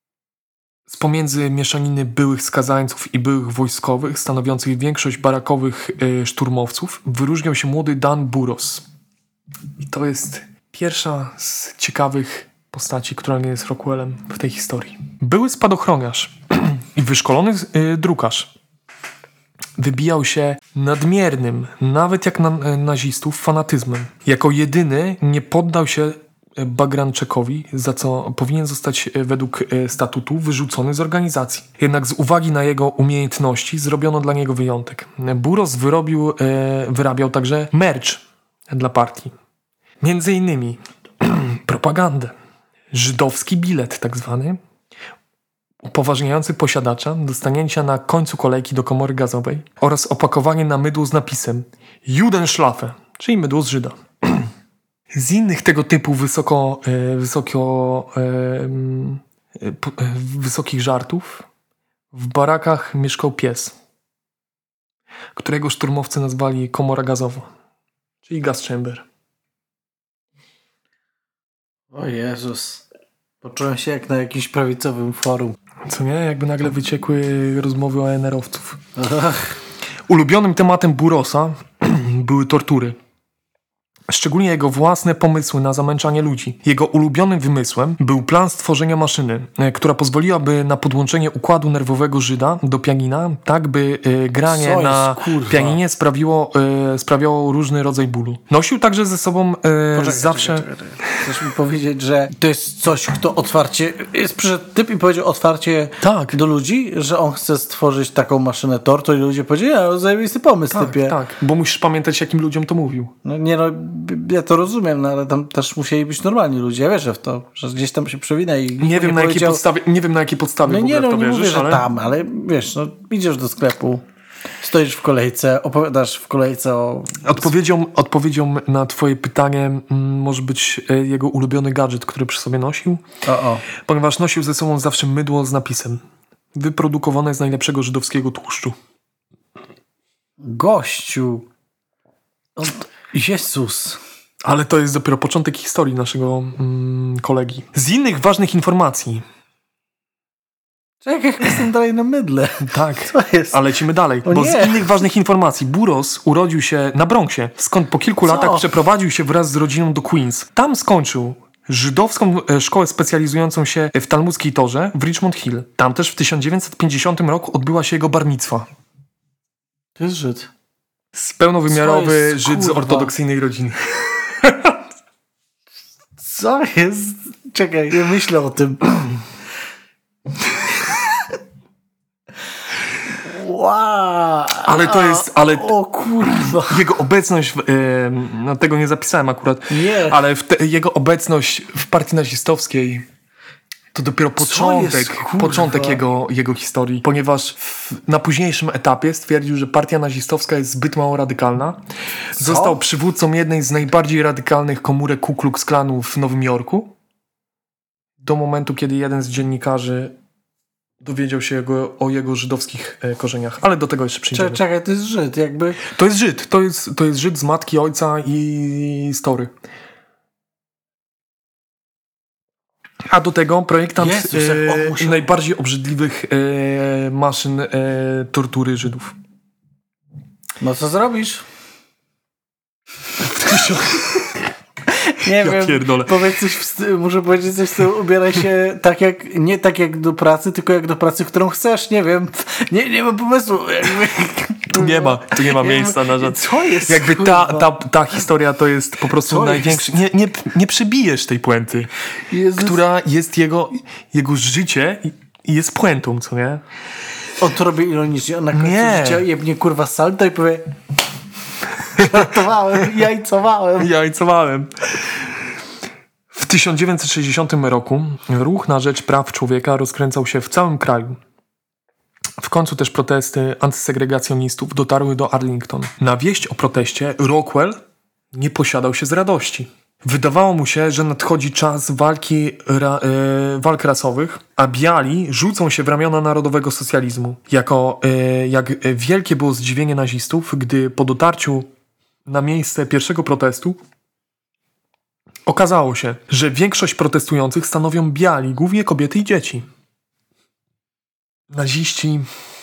Z pomiędzy mieszaniny byłych skazańców i byłych wojskowych, stanowiących większość barakowych e, szturmowców, wyróżniał się młody Dan Burrows. I to jest pierwsza z ciekawych postaci, która nie jest Rockwellem w tej historii. Były spadochroniarz i wyszkolony y, drukarz. Wybijał się nadmiernym, nawet jak na nazistów, fanatyzmem. Jako jedyny nie poddał się Bagranczykowi, za co powinien zostać według statutu wyrzucony z organizacji. Jednak z uwagi na jego umiejętności zrobiono dla niego wyjątek. Burrows wyrobił, y, wyrabiał także merch dla partii. Między innymi propagandę, żydowski bilet tak zwany, upoważniający posiadacza do stanięcia na końcu kolejki do komory gazowej oraz opakowanie na mydło z napisem Judenschlaffe, czyli mydło z Żyda. Z innych tego typu wysoko, wysoko, wysokich żartów w barakach mieszkał pies. którego szturmowcy nazwali komora gazowa, czyli gas chamber. O Jezus. Poczułem się jak na jakimś prawicowym forum. Co nie? Jakby nagle wyciekły rozmowy o en erowców. Ulubionym tematem Burosa były tortury. Szczególnie jego własne pomysły na zamęczanie ludzi. Jego ulubionym wymysłem był plan stworzenia maszyny, która pozwoliłaby na podłączenie układu nerwowego Żyda do pianina, tak by y, granie Co na jest, pianinie sprawiło, y, sprawiało różny rodzaj bólu. Nosił także ze sobą y, Poczekaj, zawsze... Czekaj, czekaj, czekaj. Chcesz mi powiedzieć, że to jest coś, kto otwarcie... Jest przyszedł typ i powiedział otwarcie Tak. do ludzi, że on chce stworzyć taką maszynę tortur i ludzie powiedzieli, a zajebisty pomysł, Tak, typie. tak, bo musisz pamiętać, jakim ludziom to mówił. No nie no, ja to rozumiem, no ale tam też musieli być normalni ludzie. Ja wierzę w to, że gdzieś tam się przewinę i... Nie wiem, na jakiej powiedział... podstawie, nie wiem na jakiej podstawie No w ogóle nie, no w to nie wierzysz, mówię, że ale... tam, ale wiesz, no idziesz do sklepu, stoisz w kolejce, opowiadasz w kolejce o... Odpowiedzią, odpowiedzią na twoje pytanie mm, może być e, jego ulubiony gadżet, który przy sobie nosił, O, o. ponieważ nosił ze sobą zawsze mydło z napisem wyprodukowane z najlepszego żydowskiego tłuszczu. Gościu. O, Jezus. Ale to jest dopiero początek historii naszego mm, kolegi. Z innych ważnych informacji. Czekaj, jak jestem dalej na mydle. Tak, Co jest? a lecimy dalej. O Bo nie. z innych ważnych informacji. Buros urodził się na Bronxie, skąd po kilku Co? latach przeprowadził się wraz z rodziną do Queens. Tam skończył żydowską e, szkołę specjalizującą się w talmudzkiej torze w Richmond Hill. Tam też w tysiąc dziewięćset pięćdziesiątym roku odbyła się jego bar micwa. To jest Żyd. Z pełnowymiarowy Co jest, Żyd z kurwa? ortodoksyjnej rodziny. Co jest? Czekaj, ja myślę o tym. Wow. Ale to jest, ale O kurwa. jego obecność, w, e, no tego nie zapisałem akurat, Nie. ale w te, jego obecność w partii nazistowskiej to dopiero początek, jest, kurwa? początek jego, jego historii, ponieważ w, na późniejszym etapie stwierdził, że partia nazistowska jest zbyt mało radykalna. Co? Został przywódcą jednej z najbardziej radykalnych komórek Ku Klux Klanu w Nowym Jorku. Do momentu, kiedy jeden z dziennikarzy dowiedział się jego, o jego żydowskich e, korzeniach. Ale do tego jeszcze przyjdziemy. Czekaj, czekaj, to jest Żyd, jakby. To jest Żyd. To jest, to jest Żyd z matki, ojca i story. A do tego projektant Jezus, jak on e, musiał- najbardziej obrzydliwych e, maszyn e, tortury Żydów. No co zrobisz? Nie Ja wiem, pierdolę. powiedz coś w stylu, muszę powiedzieć coś w stylu, ubieraj się tak jak, nie tak jak do pracy, tylko jak do pracy, którą chcesz, nie wiem, nie, nie mam pomysłu. Jakby, Tu nie ma, tu nie ma miejsca na żadne. Co jest? Jakby ta, ta, ta historia to jest po prostu Co największy... Nie, nie, nie przebijesz tej puenty, Jezus. która jest jego, jego życie i, i jest puentą, co nie? On to robi ironicznie, on na końcu Nie. życia jebnie kurwa salto i powie ratowałem, jajcowałem. Jajcowałem. W tysiąc dziewięćset sześćdziesiątym roku ruch na rzecz praw człowieka rozkręcał się w całym kraju. W końcu też protesty antysegregacjonistów dotarły do Arlington. Na wieść o proteście Rockwell nie posiadał się z radości. Wydawało mu się, że nadchodzi czas walki ra, e, walk rasowych, a biali rzucą się w ramiona narodowego socjalizmu. Jako, e, jak wielkie było zdziwienie nazistów, gdy po dotarciu na miejsce pierwszego protestu okazało się, że większość protestujących stanowią biali, głównie kobiety i dzieci. Naziści...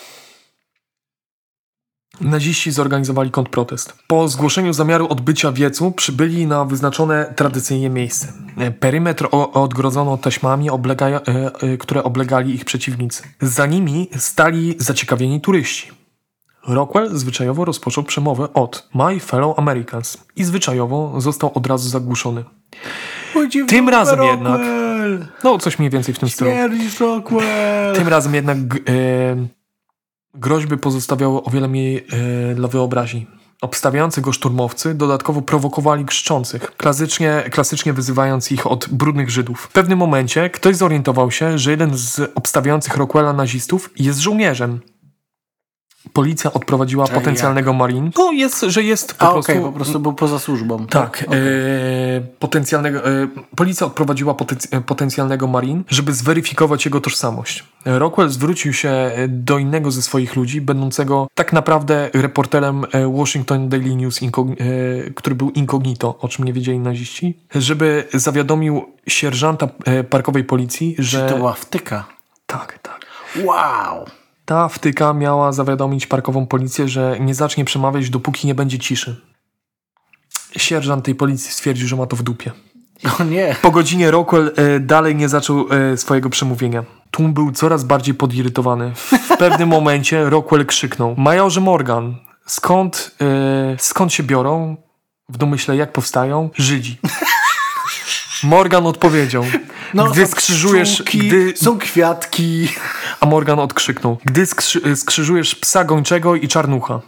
Naziści zorganizowali kontrprotest. Po zgłoszeniu zamiaru odbycia wiecu przybyli na wyznaczone tradycyjnie miejsce. Perymetr o- odgrodzono taśmami, oblega, e, e, które oblegali ich przeciwnicy. Za nimi stali zaciekawieni turyści. Rockwell zwyczajowo rozpoczął przemowę od My fellow Americans i zwyczajowo został od razu zagłuszony. Tym razem jednak... No, coś mniej więcej w tym stylu. Śmierdzisz, Rockwell. Tym razem jednak e, groźby pozostawiały o wiele mniej e, dla wyobraźni. Obstawiający go szturmowcy dodatkowo prowokowali krzyczących, klasycznie, klasycznie wyzywając ich od brudnych Żydów. W pewnym momencie ktoś zorientował się, że jeden z obstawiających Rockwella nazistów jest żołnierzem. policja odprowadziła Czekaj, potencjalnego Marine. No jest, że jest po A prostu... okej, okay, po prostu był poza służbą. Tak. Okay. E, potencjalnego, e, policja odprowadziła potenc- potencjalnego Marine, żeby zweryfikować jego tożsamość. Rockwell zwrócił się do innego ze swoich ludzi, będącego tak naprawdę reporterem Washington Daily News, inkog- e, który był incognito, o czym nie wiedzieli naziści, żeby zawiadomił sierżanta e, parkowej policji, że... Czy to była wtyka? Tak, tak. Wow! Ta wtyka miała zawiadomić parkową policję, że nie zacznie przemawiać, dopóki nie będzie ciszy. Sierżant tej policji stwierdził, że ma to w dupie. O nie. Po godzinie Rockwell e, dalej nie zaczął e, swojego przemówienia. Tłum był coraz bardziej podirytowany. W pewnym momencie Rockwell krzyknął: Majorze Morgan, skąd, e, skąd się biorą, w domyśle jak powstają, Żydzi? Morgan odpowiedział: No, gdy skrzyżujesz... pszczółki, Gdy... są kwiatki. A Morgan odkrzyknął: gdy skrzy, skrzyżujesz psa gończego i czarnucha.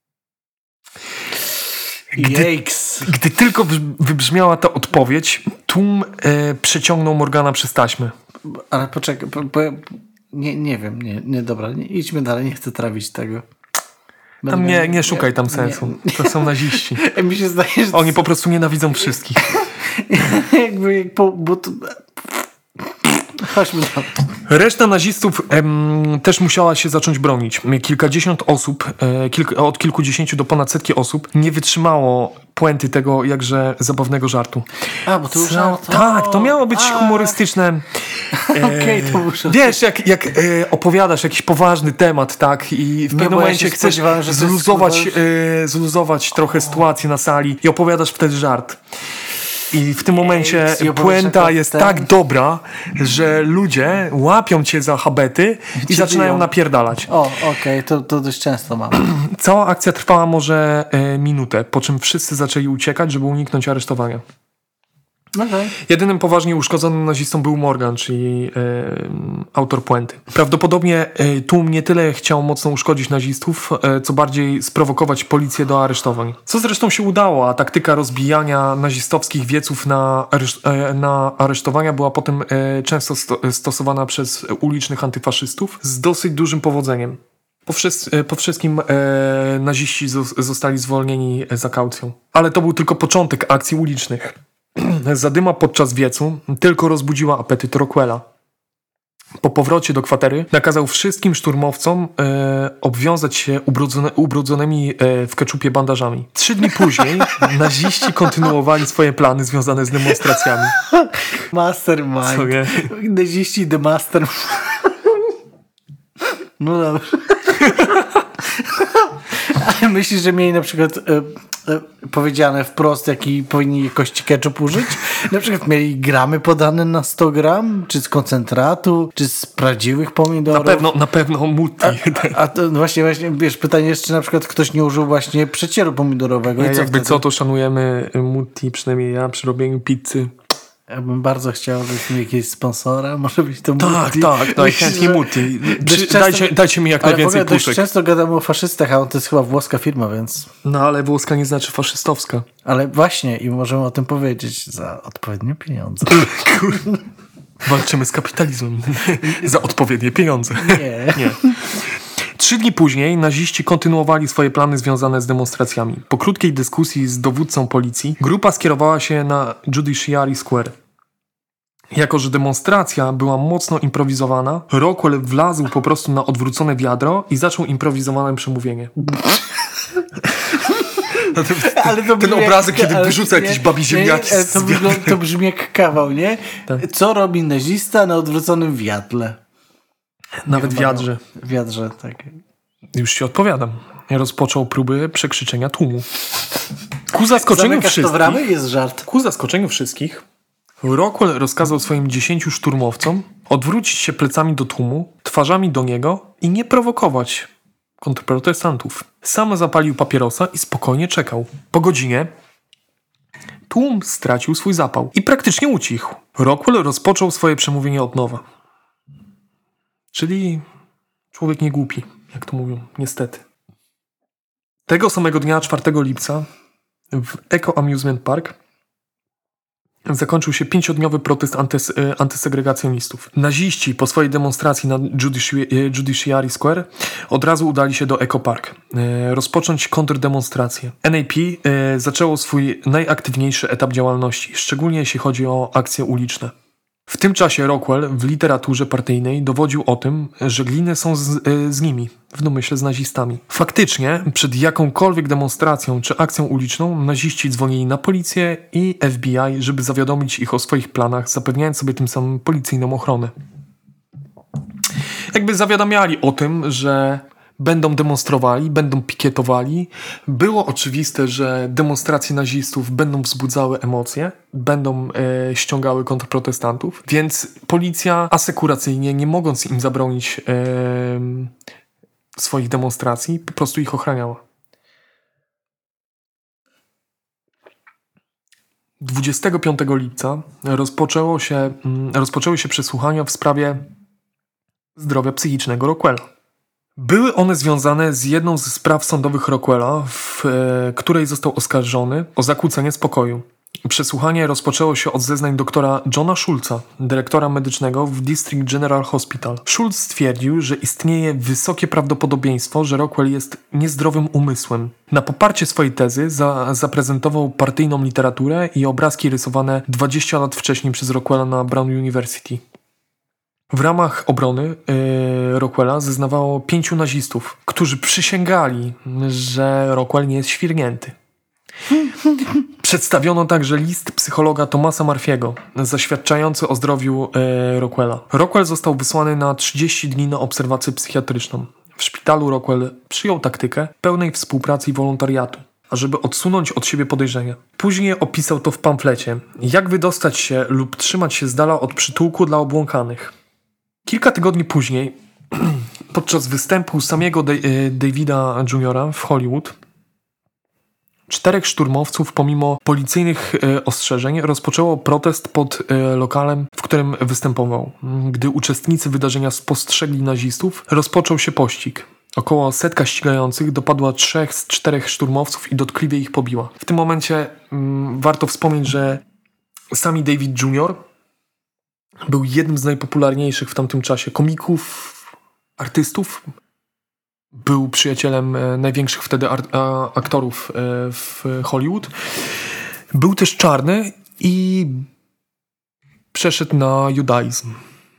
Gdy, Jejks. gdy tylko wybrzmiała ta odpowiedź, tłum e, przeciągnął Morgana przez taśmy. Ale poczekaj, bo, bo, nie, nie wiem, nie, nie dobra, nie, idźmy dalej, nie chcę trawić tego. Będę Tam nie, miał- nie szukaj tam sensu. nie. To są naziści. Mi się zdaje, że Oni po prostu nienawidzą wszystkich. jakby, jak po, bo to... Chodźmy tam. Reszta nazistów em, też musiała się zacząć bronić. Kilkadziesiąt osób, e, kilk, od kilkudziesięciu do ponad setki osób nie wytrzymało puenty tego jakże zabawnego żartu. A, bo to już... Co? Tak, to miało być A. humorystyczne. E, Okej, to muszę... Wiesz, jak, jak e, opowiadasz jakiś poważny temat, tak, i w pewnym bo ja momencie się chcesz spodziewałem, że to jest, zluzować, kurwa, e, zluzować trochę sytuację na sali i opowiadasz wtedy żart. I w tym momencie i opowiadasz puenta jako jest ten- tak dobra, że ludzie łapią cię za habety i Cię zaczynają biją. napierdalać. O, okej, to, to dość często mam. Cała akcja trwała może e, minutę, po czym wszyscy zaczęli uciekać, żeby uniknąć aresztowania. Okay. Jedynym poważnie uszkodzonym nazistą był Morgan, czyli e, autor puenty. Prawdopodobnie e, tłum nie tyle chciał mocno uszkodzić nazistów, e, co bardziej sprowokować policję do aresztowań. Co zresztą się udało, a taktyka rozbijania nazistowskich wieców na, areszt, e, na aresztowania była potem e, często sto, stosowana przez ulicznych antyfaszystów z dosyć dużym powodzeniem. Po, wszys- po wszystkim e, naziści zo- zostali zwolnieni za kaucją. Ale to był tylko początek akcji ulicznych. Zadyma podczas wiecu tylko rozbudziła apetyt Rockwella. Po powrocie do kwatery nakazał wszystkim szturmowcom e, obwiązać się ubrudzone, ubrudzonymi e, w keczupie bandażami. Trzy dni później naziści kontynuowali swoje plany związane z demonstracjami. Mastermind. Co nie? Naziści the mastermind. No dobrze. Ale myślisz, że mieli na przykład e, e, powiedziane wprost, jaki powinni jakości ketchup użyć? Na przykład mieli gramy podane na sto gram? Czy z koncentratu? Czy z prawdziwych pomidorów? Na pewno, na pewno multi. A, a to właśnie, właśnie, wiesz, pytanie jest, czy na przykład ktoś nie użył właśnie przecieru pomidorowego. I co Jakby wtedy? co, to szanujemy multi, przynajmniej ja, przy robieniu pizzy. Ja bym bardzo chciał, żebyśmy mieli jakiegoś sponsora. Może być to Tak, multi. tak, najchętniej że- multi. dość Przy, często- dajcie, dajcie mi jak Ale w najwięcej ogóle dość puszek. często gadamy o faszystach, a on to jest chyba włoska firma, więc... No ale włoska nie znaczy faszystowska. Ale właśnie i możemy o tym powiedzieć za odpowiednie pieniądze. Walczymy z kapitalizmem za odpowiednie pieniądze. Nie. Nie. Trzy dni później naziści kontynuowali swoje plany związane z demonstracjami. Po krótkiej dyskusji z dowódcą policji grupa skierowała się na Judiciary Square. Jako że demonstracja była mocno improwizowana, Rockwell wlazł po prostu na odwrócone wiadro i zaczął improwizowane przemówienie. No to, Ale to ten brzmi obrazek, jak- kiedy ale- wyrzuca nie, jakieś babi nie, ziemniaki nie, z to, wiadra. wygląda, to brzmi jak kawał, nie? Tak. Co robi nazista na odwróconym wiadle? Nawet Chyba wiadrze. no, wiadrze, tak. Już ci odpowiadam. Rozpoczął próby przekrzyczenia tłumu. Ku zaskoczeniu Zamykasz to w wszystkich... ramy? Jest żart. Ku zaskoczeniu wszystkich, Rockwell rozkazał swoim dziesięciu szturmowcom odwrócić się plecami do tłumu, twarzami do niego i nie prowokować kontrprotestantów. Sam zapalił papierosa i spokojnie czekał. Po godzinie tłum stracił swój zapał i praktycznie ucichł. Rockwell rozpoczął swoje przemówienie od nowa. Czyli człowiek nie głupi, jak to mówią, niestety. Tego samego dnia, czwartego lipca, w Eco Amusement Park zakończył się pięciodniowy protest antys, antysegregacjonistów. Naziści po swojej demonstracji na Judici- Judiciary Square od razu udali się do Echo Park, rozpocząć kontrdemonstrację. N A P zaczęło swój najaktywniejszy etap działalności, szczególnie jeśli chodzi o akcje uliczne. W tym czasie Rockwell w literaturze partyjnej dowodził o tym, że gliny są z, z nimi, w domyśle z nazistami. Faktycznie, przed jakąkolwiek demonstracją czy akcją uliczną naziści dzwonili na policję i F B I, żeby zawiadomić ich o swoich planach, zapewniając sobie tym samym policyjną ochronę. Jakby zawiadamiali o tym, że będą demonstrowali, będą pikietowali. Było oczywiste, że demonstracje nazistów będą wzbudzały emocje, będą e, ściągały kontrprotestantów, więc policja asekuracyjnie, nie mogąc im zabronić e, swoich demonstracji, po prostu ich ochraniała. dwudziestego piątego lipca rozpoczęło się, rozpoczęły się przesłuchania w sprawie zdrowia psychicznego Rockwella. Były one związane z jedną ze spraw sądowych Rockwella, w e, której został oskarżony o zakłócenie spokoju. Przesłuchanie rozpoczęło się od zeznań doktora Johna Schulza, dyrektora medycznego w District General Hospital. Schulz stwierdził, że istnieje wysokie prawdopodobieństwo, że Rockwell jest niezdrowym umysłem. Na poparcie swojej tezy za, zaprezentował partyjną literaturę i obrazki rysowane dwadzieścia lat wcześniej przez Rockwella na Brown University. W ramach obrony yy, Rockwella zeznawało pięciu nazistów, którzy przysięgali, że Rockwell nie jest świrnięty. Przedstawiono także list psychologa Thomasa Murphy'ego, zaświadczający o zdrowiu yy, Rockwella. Rockwell został wysłany na trzydzieści dni na obserwację psychiatryczną. W szpitalu Rockwell przyjął taktykę pełnej współpracy i wolontariatu, ażeby odsunąć od siebie podejrzenia. Później opisał to w pamflecie, jak wydostać się lub trzymać się z dala od przytułku dla obłąkanych. Kilka tygodni później, podczas występu samego Davida juniora w Hollywood, czterech szturmowców, pomimo policyjnych ostrzeżeń, rozpoczęło protest pod lokalem, w którym występował. Gdy uczestnicy wydarzenia spostrzegli nazistów, rozpoczął się pościg. Około setka ścigających dopadła trzech z czterech szturmowców i dotkliwie ich pobiła. W tym momencie mm, warto wspomnieć, że Sammy Davis junior był jednym z najpopularniejszych w tamtym czasie komików, artystów. Był przyjacielem największych wtedy ar- a- aktorów w Hollywood. Był też czarny i przeszedł na judaizm.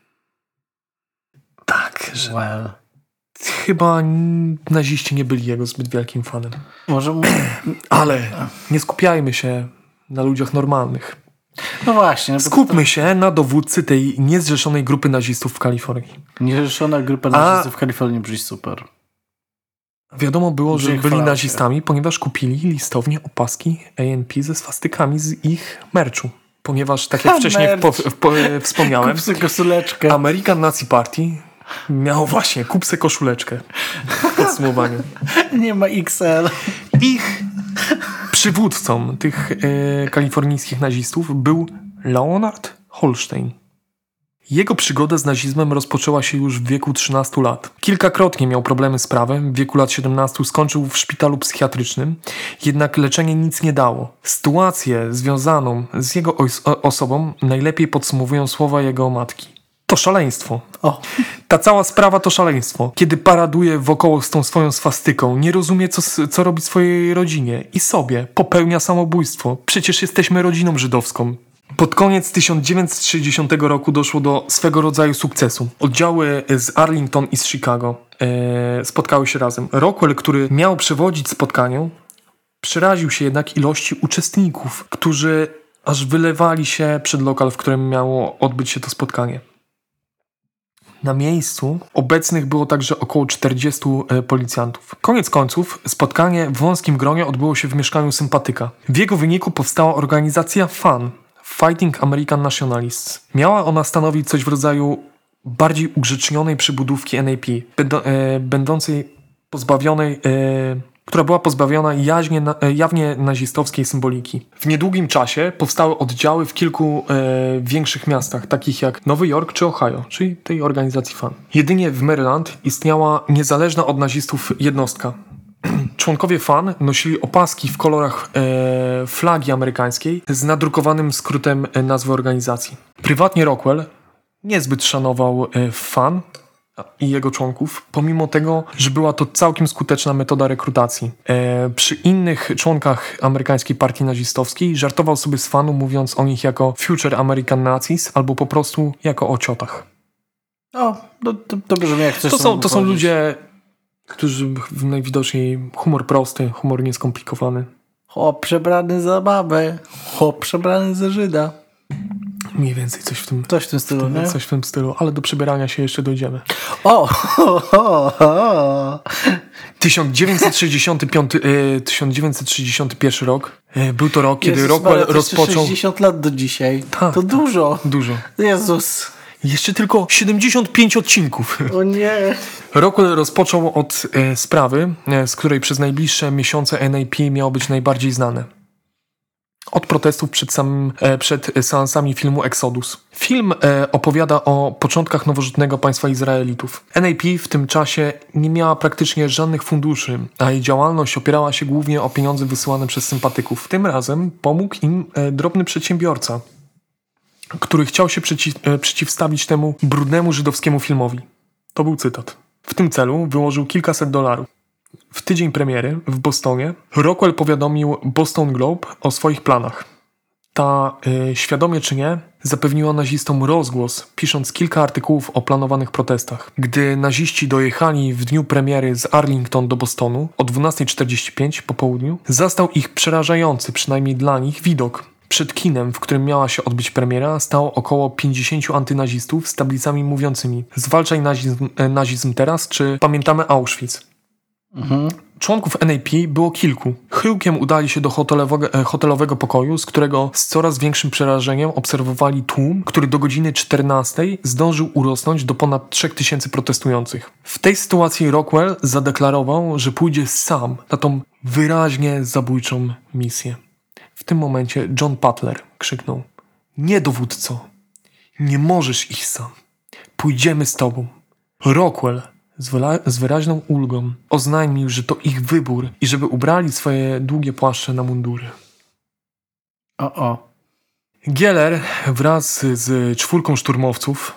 Tak, że well. chyba naziści nie byli jego zbyt wielkim fanem. Może... Ale nie skupiajmy się na ludziach normalnych. No właśnie. No Skupmy to... się na dowódcy tej niezrzeszonej grupy nazistów w Kalifornii. Niezrzeszona grupa nazistów A... w Kalifornii brzmi super. Wiadomo było, że byli nazistami, ponieważ kupili listownie opaski A N P ze swastykami z ich merchu. Ponieważ, tak jak wcześniej po, po, wspomniałem, koszuleczkę. American Nazi Party miało właśnie kupsę koszuleczkę w podsumowaniu. Nie ma X L. Ich przywódcą tych e, kalifornijskich nazistów był Leonard Holstein. Jego przygoda z nazizmem rozpoczęła się już w wieku trzynastu lat. Kilkakrotnie miał problemy z prawem, w wieku lat siedemnastu skończył w szpitalu psychiatrycznym, jednak leczenie nic nie dało. Sytuację związaną z jego os- osobą najlepiej podsumowują słowa jego matki. To szaleństwo. O. Ta cała sprawa to szaleństwo. Kiedy paraduje wokoło z tą swoją swastyką, nie rozumie, co, co robi swojej rodzinie i sobie. Popełnia samobójstwo. Przecież jesteśmy rodziną żydowską. Pod koniec tysiąc dziewięćset sześćdziesiątego roku doszło do swego rodzaju sukcesu. Oddziały z Arlington i z Chicago e, spotkały się razem. Rockwell, który miał przewodzić spotkaniu, przeraził się jednak ilości uczestników, którzy aż wylewali się przed lokal, w którym miało odbyć się to spotkanie. Na miejscu obecnych było także około czterdziestu policjantów. Koniec końców spotkanie w wąskim gronie odbyło się w mieszkaniu sympatyka. W jego wyniku powstała organizacja F A N, Fighting American Nationalists. Miała ona stanowić coś w rodzaju bardziej ugrzecznionej przybudówki N A P, będ- e, będącej pozbawionej, e, która była pozbawiona jaźnie, e, jawnie nazistowskiej symboliki. W niedługim czasie powstały oddziały w kilku e, większych miastach, takich jak Nowy Jork czy Ohio, czyli tej organizacji F A N. Jedynie w Maryland istniała niezależna od nazistów jednostka, Członkowie Fan nosili opaski w kolorach e, flagi amerykańskiej z nadrukowanym skrótem e, nazwy organizacji. Prywatnie Rockwell niezbyt szanował e, Fan i jego członków, pomimo tego, że była to całkiem skuteczna metoda rekrutacji. E, przy innych członkach amerykańskiej partii nazistowskiej żartował sobie z Fanu, mówiąc o nich jako Future American Nazis albo po prostu jako o ciotach. O, to, to, to brzmi jak coś. To są, to są ludzie, którzy najwidoczniej humor prosty, humor nieskomplikowany. Chłop przebrany za babę, chłop przebrany za Żyda. Mniej więcej coś w tym, coś w tym stylu, w tym, nie? Coś w tym stylu, ale do przebierania się jeszcze dojdziemy. O! Ho, ho, ho. tysiąc dziewięćset sześćdziesiąty piąty, e, tysiąc dziewięćset sześćdziesiąty pierwszy rok. E, był to rok, kiedy Jezus Rockwell Maria, to rozpoczął... sześćdziesiąt lat do dzisiaj. Tak, to tak, dużo. Dużo. Jezus. Jeszcze tylko siedemdziesiąt pięć odcinków. O nie. Rockwell rozpoczął od e, sprawy, e, z której przez najbliższe miesiące N A P miało być najbardziej znane. Od protestów przed, samym, e, przed seansami filmu Exodus. Film e, opowiada o początkach nowożytnego państwa Izraelitów. N A P w tym czasie nie miała praktycznie żadnych funduszy, a jej działalność opierała się głównie o pieniądze wysyłane przez sympatyków. Tym razem pomógł im e, drobny przedsiębiorca, który chciał się przeciw, e, przeciwstawić temu brudnemu żydowskiemu filmowi. To był cytat. W tym celu wyłożył kilkaset dolarów. W tydzień premiery w Bostonie Rockwell powiadomił Boston Globe o swoich planach. Ta, y, świadomie czy nie, zapewniła nazistom rozgłos, pisząc kilka artykułów o planowanych protestach. Gdy naziści dojechali w dniu premiery z Arlington do Bostonu o dwunasta czterdzieści pięć po południu, zastał ich przerażający, przynajmniej dla nich, widok. Przed kinem, w którym miała się odbyć premiera, stało około pięćdziesięciu antynazistów z tablicami mówiącymi: zwalczaj nazizm, e, nazizm teraz, czy pamiętamy Auschwitz. Mhm. Członków N A P było kilku. Chyłkiem udali się do hotelowego, e, hotelowego pokoju, z którego z coraz większym przerażeniem obserwowali tłum, który do godziny czternastej zdążył urosnąć do ponad trzech tysięcy protestujących. W tej sytuacji Rockwell zadeklarował, że pójdzie sam na tą wyraźnie zabójczą misję. W tym momencie John Butler krzyknął: nie, dowódco, nie możesz iść sam. Pójdziemy z tobą. Rockwell z, wyla- z wyraźną ulgą oznajmił, że to ich wybór i żeby ubrali swoje długie płaszcze na mundury. O, o. Geller wraz z czwórką szturmowców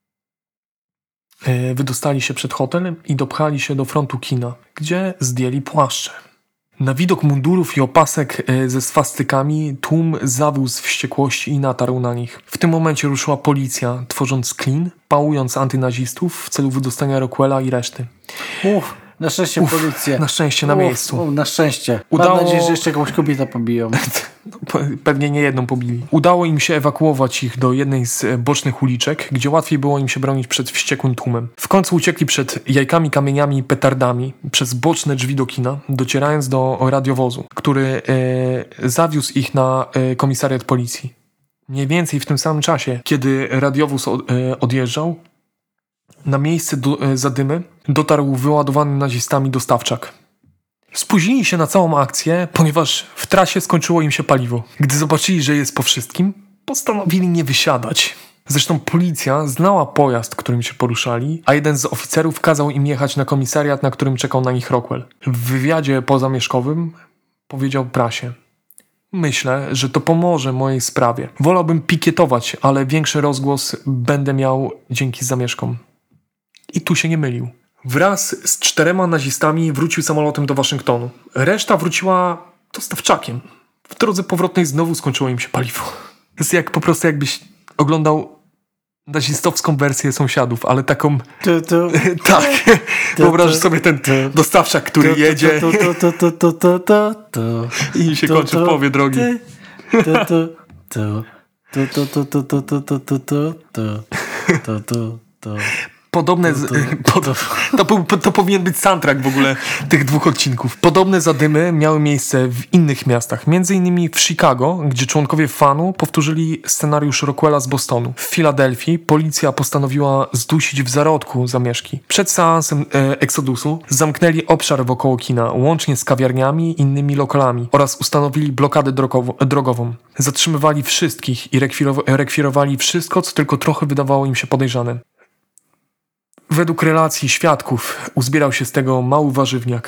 yy, wydostali się przed hotel i dopchali się do frontu kina, gdzie zdjęli płaszcze. Na widok mundurów i opasek ze swastykami tłum zawył z wściekłości i natarł na nich. W tym momencie ruszyła policja, tworząc klin, pałując antynazistów w celu wydostania Rockwella i reszty. Uff, na szczęście Uf, policja. Na szczęście na Uf, miejscu. Uf, na szczęście. Udało... Mam nadzieję, że jeszcze jakąś kobietę pobiją. Pewnie nie jedną pobili. Udało im się ewakuować ich do jednej z bocznych uliczek, gdzie łatwiej było im się bronić przed wściekłym tłumem. W końcu uciekli przed jajkami, kamieniami i petardami przez boczne drzwi do kina, docierając do radiowozu, który e, zawiózł ich na e, komisariat policji. Mniej więcej w tym samym czasie, kiedy radiowóz od, e, odjeżdżał, na miejsce do, e, zadymy dotarł wyładowany nazistami dostawczak. Spóźnili się na całą akcję, ponieważ w trasie skończyło im się paliwo. Gdy zobaczyli, że jest po wszystkim, postanowili nie wysiadać. Zresztą policja znała pojazd, którym się poruszali, a jeden z oficerów kazał im jechać na komisariat, na którym czekał na nich Rockwell. W wywiadzie pozamieszkowym powiedział prasie: myślę, że to pomoże mojej sprawie. Wolałbym pikietować, ale większy rozgłos będę miał dzięki zamieszkom. I tu się nie mylił. Wraz z czterema nazistami wrócił samolotem do Waszyngtonu. Reszta wróciła dostawczakiem. W drodze powrotnej znowu skończyło im się paliwo. To jest jak po prostu jakbyś oglądał nazistowską wersję Sąsiadów, ale taką... Tu, tu. tak. Wyobrażasz sobie ten dostawczak, który jedzie i się kończy w połowie drogi. Podobne z, pod, to, był, to powinien być soundtrack w ogóle tych dwóch odcinków. Podobne zadymy miały miejsce w innych miastach, między innymi w Chicago, gdzie członkowie Fanu powtórzyli scenariusz Rockwella z Bostonu. W Filadelfii policja postanowiła zdusić w zarodku zamieszki. Przed seansem e, Exodusu zamknęli obszar wokoło kina, łącznie z kawiarniami i innymi lokalami, oraz ustanowili blokadę drogowo, drogową. Zatrzymywali wszystkich i rekwirow- rekwirowali wszystko, co tylko trochę wydawało im się podejrzane. Według relacji świadków uzbierał się z tego mały warzywniak.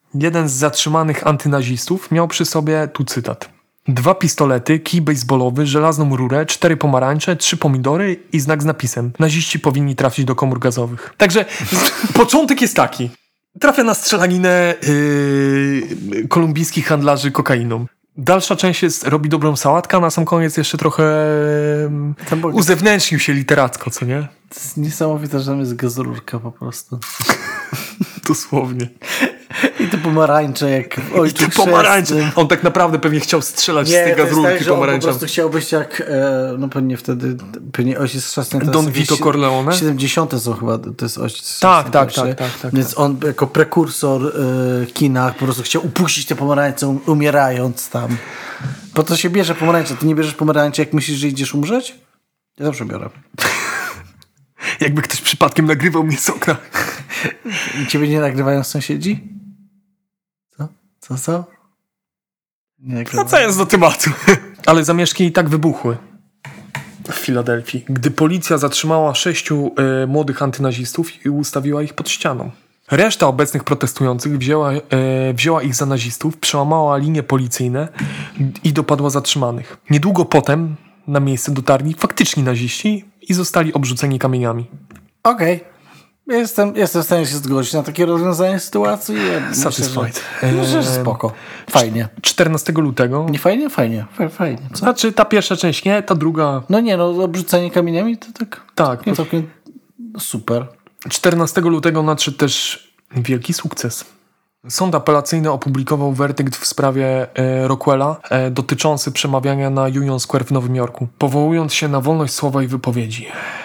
Jeden z zatrzymanych antynazistów miał przy sobie, tu cytat, dwa pistolety, kij bejsbolowy, żelazną rurę, cztery pomarańcze, trzy pomidory i znak z napisem: naziści powinni trafić do komór gazowych. Także początek jest taki. Trafia na strzelaninę yy, kolumbijskich handlarzy kokainą. Dalsza część jest, robi dobrą sałatkę, a na sam koniec jeszcze trochę yy, uzewnętrznił się literacko, co nie? To jest niesamowite, że tam jest gazurka po prostu. Dosłownie. I te pomarańcze, jak w Ojcu I te pomarańcze. On tak naprawdę pewnie chciał strzelać nie, z tej gazurki tak, pomarańczami. Po prostu chciał być jak, e, no pewnie wtedy, pewnie Ojciec Chrzestny. Don Vito Corleone? siedemdziesiąte są chyba, to jest Ojciec tak, Chrzestny. Tak, tak, tak, tak. Więc on jako prekursor e, kina po prostu chciał upuścić te pomarańcze, um, umierając tam. Po to się bierze pomarańcze. Ty nie bierzesz pomarańcze, jak myślisz, że idziesz umrzeć? Ja zawsze biorę. Jakby ktoś przypadkiem nagrywał mnie z okna. I ciebie nie nagrywają sąsiedzi? Co? Co, co? Nie Wracając do tematu. Ale zamieszki i tak wybuchły w Filadelfii, gdy policja zatrzymała sześciu y, młodych antynazistów i ustawiła ich pod ścianą. Reszta obecnych protestujących wzięła, y, wzięła ich za nazistów, przełamała linie policyjne i dopadła zatrzymanych. Niedługo potem na miejsce dotarli faktyczni naziści i zostali obrzuceni kamieniami. Okej. Okay. Jestem, jestem w stanie się zgodzić na takie rozwiązanie sytuacji. Ja Satisfied. Myślę, że, że spoko. Fajnie. czternastego lutego. Nie fajnie? Fajnie. Fajnie. Co? Znaczy ta pierwsza część nie, ta druga... No nie, no obrzucenie kamieniami to tak... Tak. Nie, całkiem super. czternastego lutego nadszedł też wielki sukces. Sąd apelacyjny opublikował werdykt w sprawie e, Rockwella e, dotyczący przemawiania na Union Square w Nowym Jorku, powołując się na wolność słowa i wypowiedzi.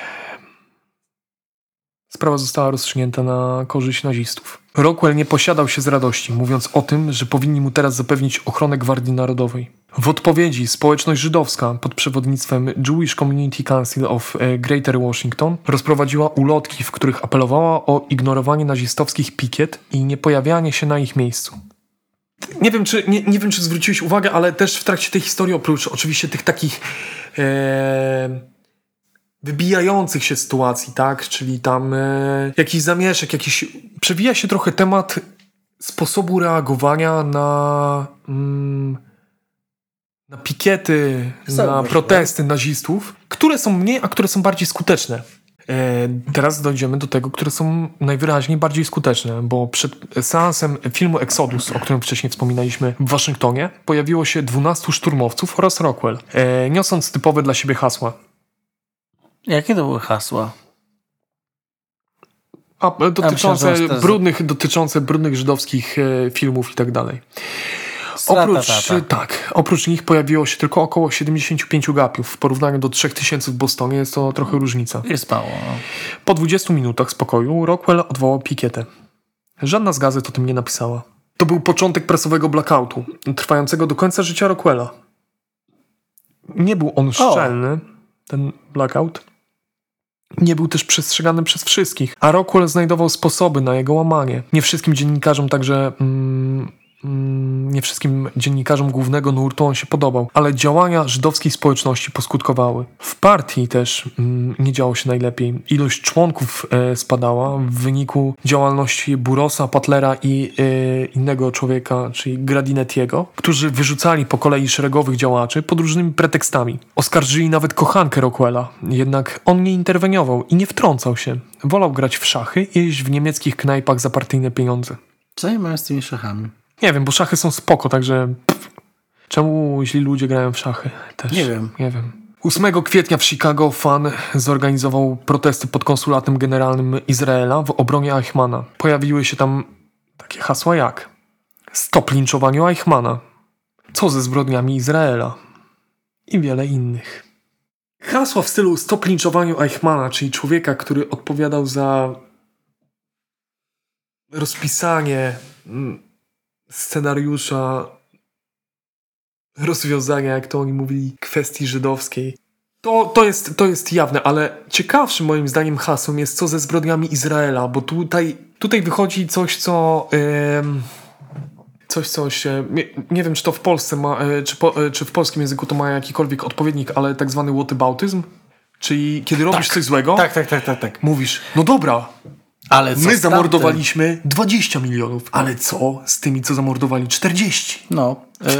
Sprawa została rozstrzygnięta na korzyść nazistów. Rockwell nie posiadał się z radości, mówiąc o tym, że powinni mu teraz zapewnić ochronę Gwardii Narodowej. W odpowiedzi społeczność żydowska pod przewodnictwem Jewish Community Council of Greater Washington rozprowadziła ulotki, w których apelowała o ignorowanie nazistowskich pikiet i nie pojawianie się na ich miejscu. Nie wiem, czy, nie, nie wiem, czy zwróciłeś uwagę, ale też w trakcie tej historii, oprócz oczywiście tych takich... Ee... wybijających się sytuacji, tak? Czyli tam e, jakiś zamieszek, jakiś... Przewija się trochę temat sposobu reagowania na mm, na pikiety, na protesty nazistów, które są mniej, a które są bardziej skuteczne. E, teraz dojdziemy do tego, które są najwyraźniej bardziej skuteczne, bo przed seansem filmu Exodus, o którym wcześniej wspominaliśmy w Waszyngtonie, pojawiło się dwunastu szturmowców oraz Rockwell, e, niosąc typowe dla siebie hasła. Jakie to były hasła? A, dotyczące, ja myślę, brudnych, dotyczące brudnych żydowskich e, filmów i tak dalej. Oprócz, tak, oprócz nich pojawiło się tylko około siedemdziesiąt pięć gapiów. W porównaniu do trzech tysięcy w Bostonie jest to trochę różnica. Jest mało. No. Po dwudziestu minutach spokoju Rockwell odwołał pikietę. Żadna z gazet o tym nie napisała. To był początek prasowego blackoutu, trwającego do końca życia Rockwella. Nie był on szczelny, o. ten blackout. Nie był też przestrzegany przez wszystkich, a Rockwell znajdował sposoby na jego łamanie. Nie wszystkim dziennikarzom także... Mm, nie wszystkim dziennikarzom głównego nurtu on się podobał, ale działania żydowskiej społeczności poskutkowały. W partii też mm, nie działo się najlepiej. Ilość członków e, spadała w wyniku działalności Burosa, Putlera i e, innego człowieka, czyli Gradinettiego, którzy wyrzucali po kolei szeregowych działaczy pod różnymi pretekstami. Oskarżyli nawet kochankę Rockwella, jednak on nie interweniował i nie wtrącał się. Wolał grać w szachy i jeść w niemieckich knajpach za partyjne pieniądze. Co nie mają z tymi szachami? Nie wiem, bo szachy są spoko, także pff, czemu źli ludzie grają w szachy? Też nie wiem. Nie wiem. ósmego kwietnia w Chicago fan zorganizował protesty pod konsulatem generalnym Izraela w obronie Eichmana. Pojawiły się tam takie hasła jak stop linczowaniu Eichmana, co ze zbrodniami Izraela i wiele innych. Hasła w stylu stop linczowaniu Eichmana, czyli człowieka, który odpowiadał za rozpisanie scenariusza rozwiązania, jak to oni mówili, kwestii żydowskiej. To, to, jest, to jest jawne, ale ciekawszym moim zdaniem hasłem jest co ze zbrodniami Izraela, bo tutaj, tutaj wychodzi coś, co... Yy, coś, co się... Nie, nie wiem, czy to w Polsce ma, yy, czy, po, yy, czy w polskim języku to ma jakikolwiek odpowiednik, ale tak zwany whataboutism, czyli kiedy robisz tak, coś złego, tak, tak, tak, tak, tak. mówisz, no dobra, Ale co My z zamordowaliśmy tamtym? dwadzieścia milionów. Ale co z tymi, co zamordowali czterdzieści? No.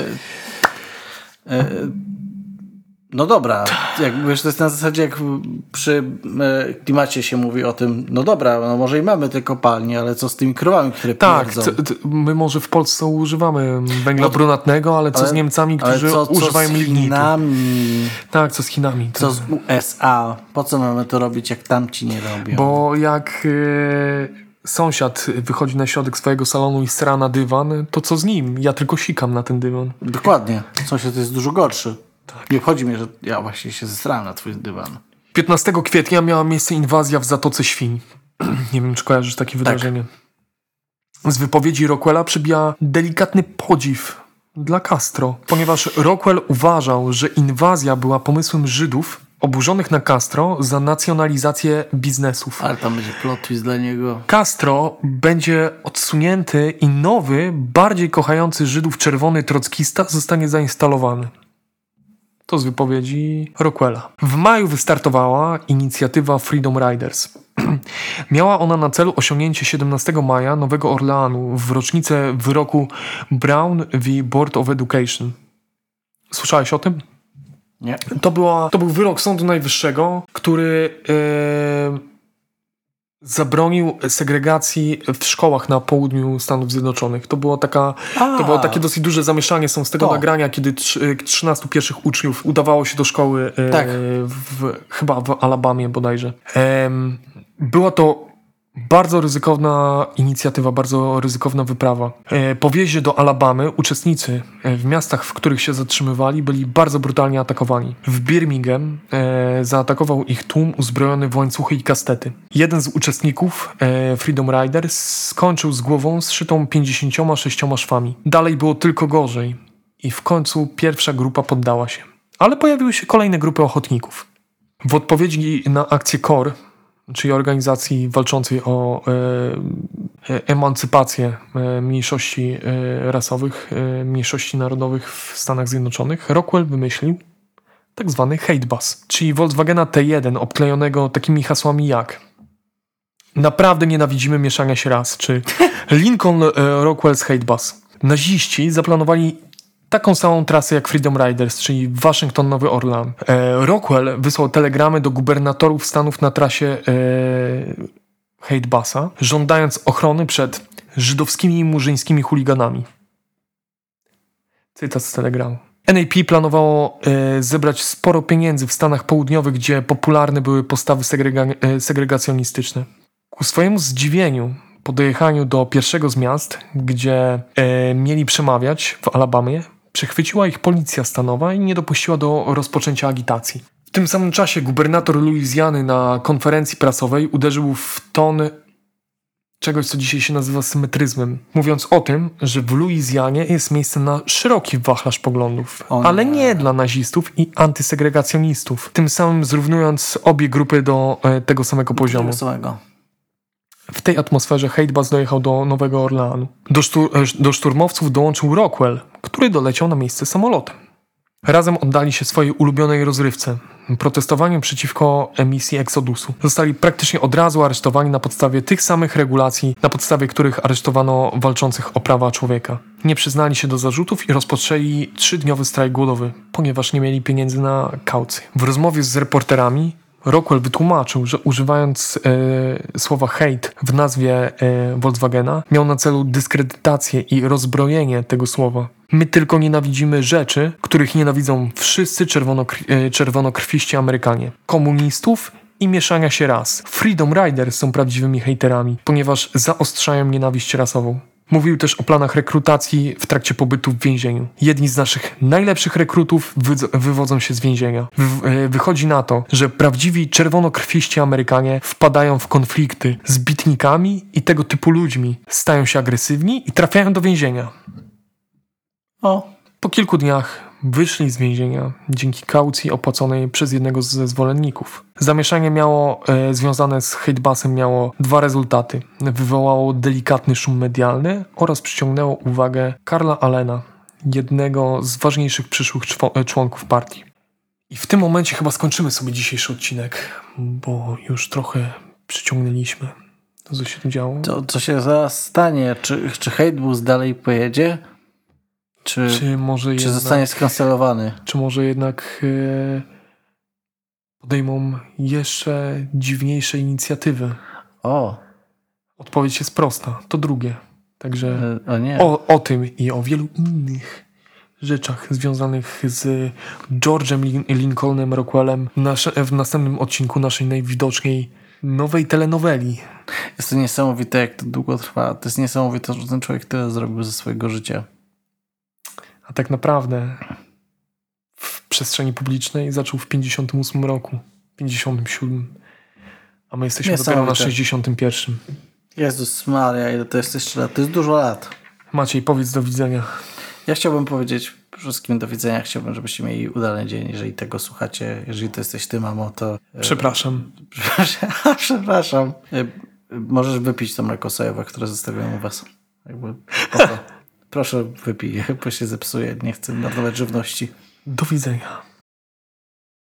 Y, y, no dobra. Jak, wiesz, to jest na zasadzie, jak przy y, klimacie się mówi o tym, no dobra, no może i mamy te kopalnie, ale co z tymi krowami, które tak, pierdzą? Tak, my może w Polsce używamy węgla no, brunatnego, ale co ale, z Niemcami, którzy co, co używają lignitu? Co z Chinami? Tak, co z Chinami? Co z U S A? Po co mamy to robić, jak tamci nie robią? Bo jak y, sąsiad wychodzi na środek swojego salonu i sra na dywan, to co z nim? Ja tylko sikam na ten dywan. Dokładnie. Sąsiad jest dużo gorszy. Tak. Nie obchodzi mnie, że ja właśnie się zesrałem na twój dywan. piętnastego kwietnia miała miejsce inwazja w Zatoce Świń. Nie wiem, czy kojarzysz takie wydarzenie. Tak. Z wypowiedzi Rockwella przybija delikatny podziw dla Castro, ponieważ Rockwell uważał, że inwazja była pomysłem Żydów oburzonych na Castro za nacjonalizację biznesów. Ale tam będzie plot twist dla niego. Castro będzie odsunięty i nowy, bardziej kochający Żydów czerwony trockista zostanie zainstalowany. To z wypowiedzi Rockwella. W maju wystartowała inicjatywa Freedom Riders. Miała ona na celu osiągnięcie siedemnastego maja Nowego Orleanu w rocznicę wyroku Brown v. Board of Education. Słyszałeś o tym? Nie. To, była, to był wyrok Sądu Najwyższego, który e, zabronił segregacji w szkołach na południu Stanów Zjednoczonych. To było, taka, to było takie dosyć duże zamieszanie. Są z tego to. nagrania, kiedy trzynastu pierwszych uczniów udawało się do szkoły e, tak. w, chyba w Alabamie bodajże. E, była to bardzo ryzykowna inicjatywa, bardzo ryzykowna wyprawa. E, po wjeździe do Alabamy uczestnicy w miastach, w których się zatrzymywali, byli bardzo brutalnie atakowani. W Birmingham e, zaatakował ich tłum uzbrojony w łańcuchy i kastety. Jeden z uczestników e, Freedom Riders skończył z głową zszytą pięćdziesięcioma sześcioma szwami. Dalej było tylko gorzej i w końcu pierwsza grupa poddała się. Ale pojawiły się kolejne grupy ochotników. W odpowiedzi na akcję K O R, czyli organizacji walczącej o e, emancypację e, mniejszości e, rasowych, e, mniejszości narodowych w Stanach Zjednoczonych, Rockwell wymyślił tak zwany hate bus, czyli Volkswagena T jeden obklejonego takimi hasłami jak naprawdę nienawidzimy mieszania się ras, czy Lincoln e, Rockwell's hate bus. Naziści zaplanowali taką samą trasę jak Freedom Riders, czyli Waszyngton, Nowy Orlean. E, Rockwell wysłał telegramy do gubernatorów stanów na trasie e, hate busa, żądając ochrony przed żydowskimi i murzyńskimi chuliganami. Cytat z telegramu. N A P planowało e, zebrać sporo pieniędzy w Stanach Południowych, gdzie popularne były postawy segrega- e, segregacjonistyczne. Ku swojemu zdziwieniu, po dojechaniu do pierwszego z miast, gdzie e, mieli przemawiać w Alabamie, przechwyciła ich policja stanowa i nie dopuściła do rozpoczęcia agitacji. W tym samym czasie gubernator Luizjany na konferencji prasowej uderzył w ton czegoś, co dzisiaj się nazywa symetryzmem, mówiąc o tym, że w Luizjanie jest miejsce na szeroki wachlarz poglądów, o nie. ale nie dla nazistów i antysegregacjonistów, tym samym zrównując obie grupy do e, tego samego poziomu. Tego samego. W tej atmosferze hate bus dojechał do Nowego Orleanu. Do, sztur- do szturmowców dołączył Rockwell, który doleciał na miejsce samolotem. Razem oddali się swojej ulubionej rozrywce, protestowaniu przeciwko emisji Exodusu. Zostali praktycznie od razu aresztowani na podstawie tych samych regulacji, na podstawie których aresztowano walczących o prawa człowieka. Nie przyznali się do zarzutów i rozpoczęli trzydniowy strajk głodowy, ponieważ nie mieli pieniędzy na kaucję. W rozmowie z reporterami Rockwell wytłumaczył, że używając e, słowa hate w nazwie e, Volkswagena miał na celu dyskredytację i rozbrojenie tego słowa. My tylko nienawidzimy rzeczy, których nienawidzą wszyscy czerwonokrwi- e, czerwonokrwiści Amerykanie. Komunistów i mieszania się ras. Freedom Riders są prawdziwymi hejterami, ponieważ zaostrzają nienawiść rasową. Mówił też o planach rekrutacji w trakcie pobytu w więzieniu. Jedni z naszych najlepszych rekrutów wy- wywodzą się z więzienia. Wy- wychodzi na to, że prawdziwi czerwonokrwiści Amerykanie wpadają w konflikty z bitnikami i tego typu ludźmi. Stają się agresywni i trafiają do więzienia. O. Po kilku dniach wyszli z więzienia dzięki kaucji opłaconej przez jednego ze zwolenników. Zamieszanie miało, e, związane z hatebusem miało dwa rezultaty. Wywołało delikatny szum medialny oraz przyciągnęło uwagę Karla Allena, jednego z ważniejszych przyszłych czwo- członków partii. I w tym momencie chyba skończymy sobie dzisiejszy odcinek, bo już trochę przyciągnęliśmy. To, co się tu działo. To, co się zaraz stanie? Czy, czy Hatebus dalej pojedzie? Czy, Czy może czy jednak, zostanie skancelowany? Czy może jednak e, podejmą jeszcze dziwniejsze inicjatywy? O. Odpowiedź jest prosta. To drugie. Także O nie. o, o tym i o wielu innych rzeczach związanych z George'em Lincolnem Rockwellem nasze, w następnym odcinku naszej najwidoczniej nowej telenoweli. Jest to niesamowite, jak to długo trwa. To jest niesamowite, że ten człowiek tyle zrobił ze swojego życia. A tak naprawdę w przestrzeni publicznej zaczął w pięćdziesiątym ósmym roku. pięćdziesiątym siódmym. A my jesteśmy dopiero na sześćdziesiątym pierwszym. Jezus Maria, ile to jest jeszcze lat? To jest dużo lat. Maciej, powiedz do widzenia. Ja chciałbym powiedzieć wszystkim do widzenia. Chciałbym, żebyście mieli udany dzień. Jeżeli tego słuchacie, jeżeli to jesteś ty, mamo, to... Przepraszam. Przepraszam. Przepraszam. Możesz wypić to mleko sojowe, które zostawiłem u was. Jakby, proszę, wypij, bo się zepsuje. Nie chcę marnować żywności. Do widzenia.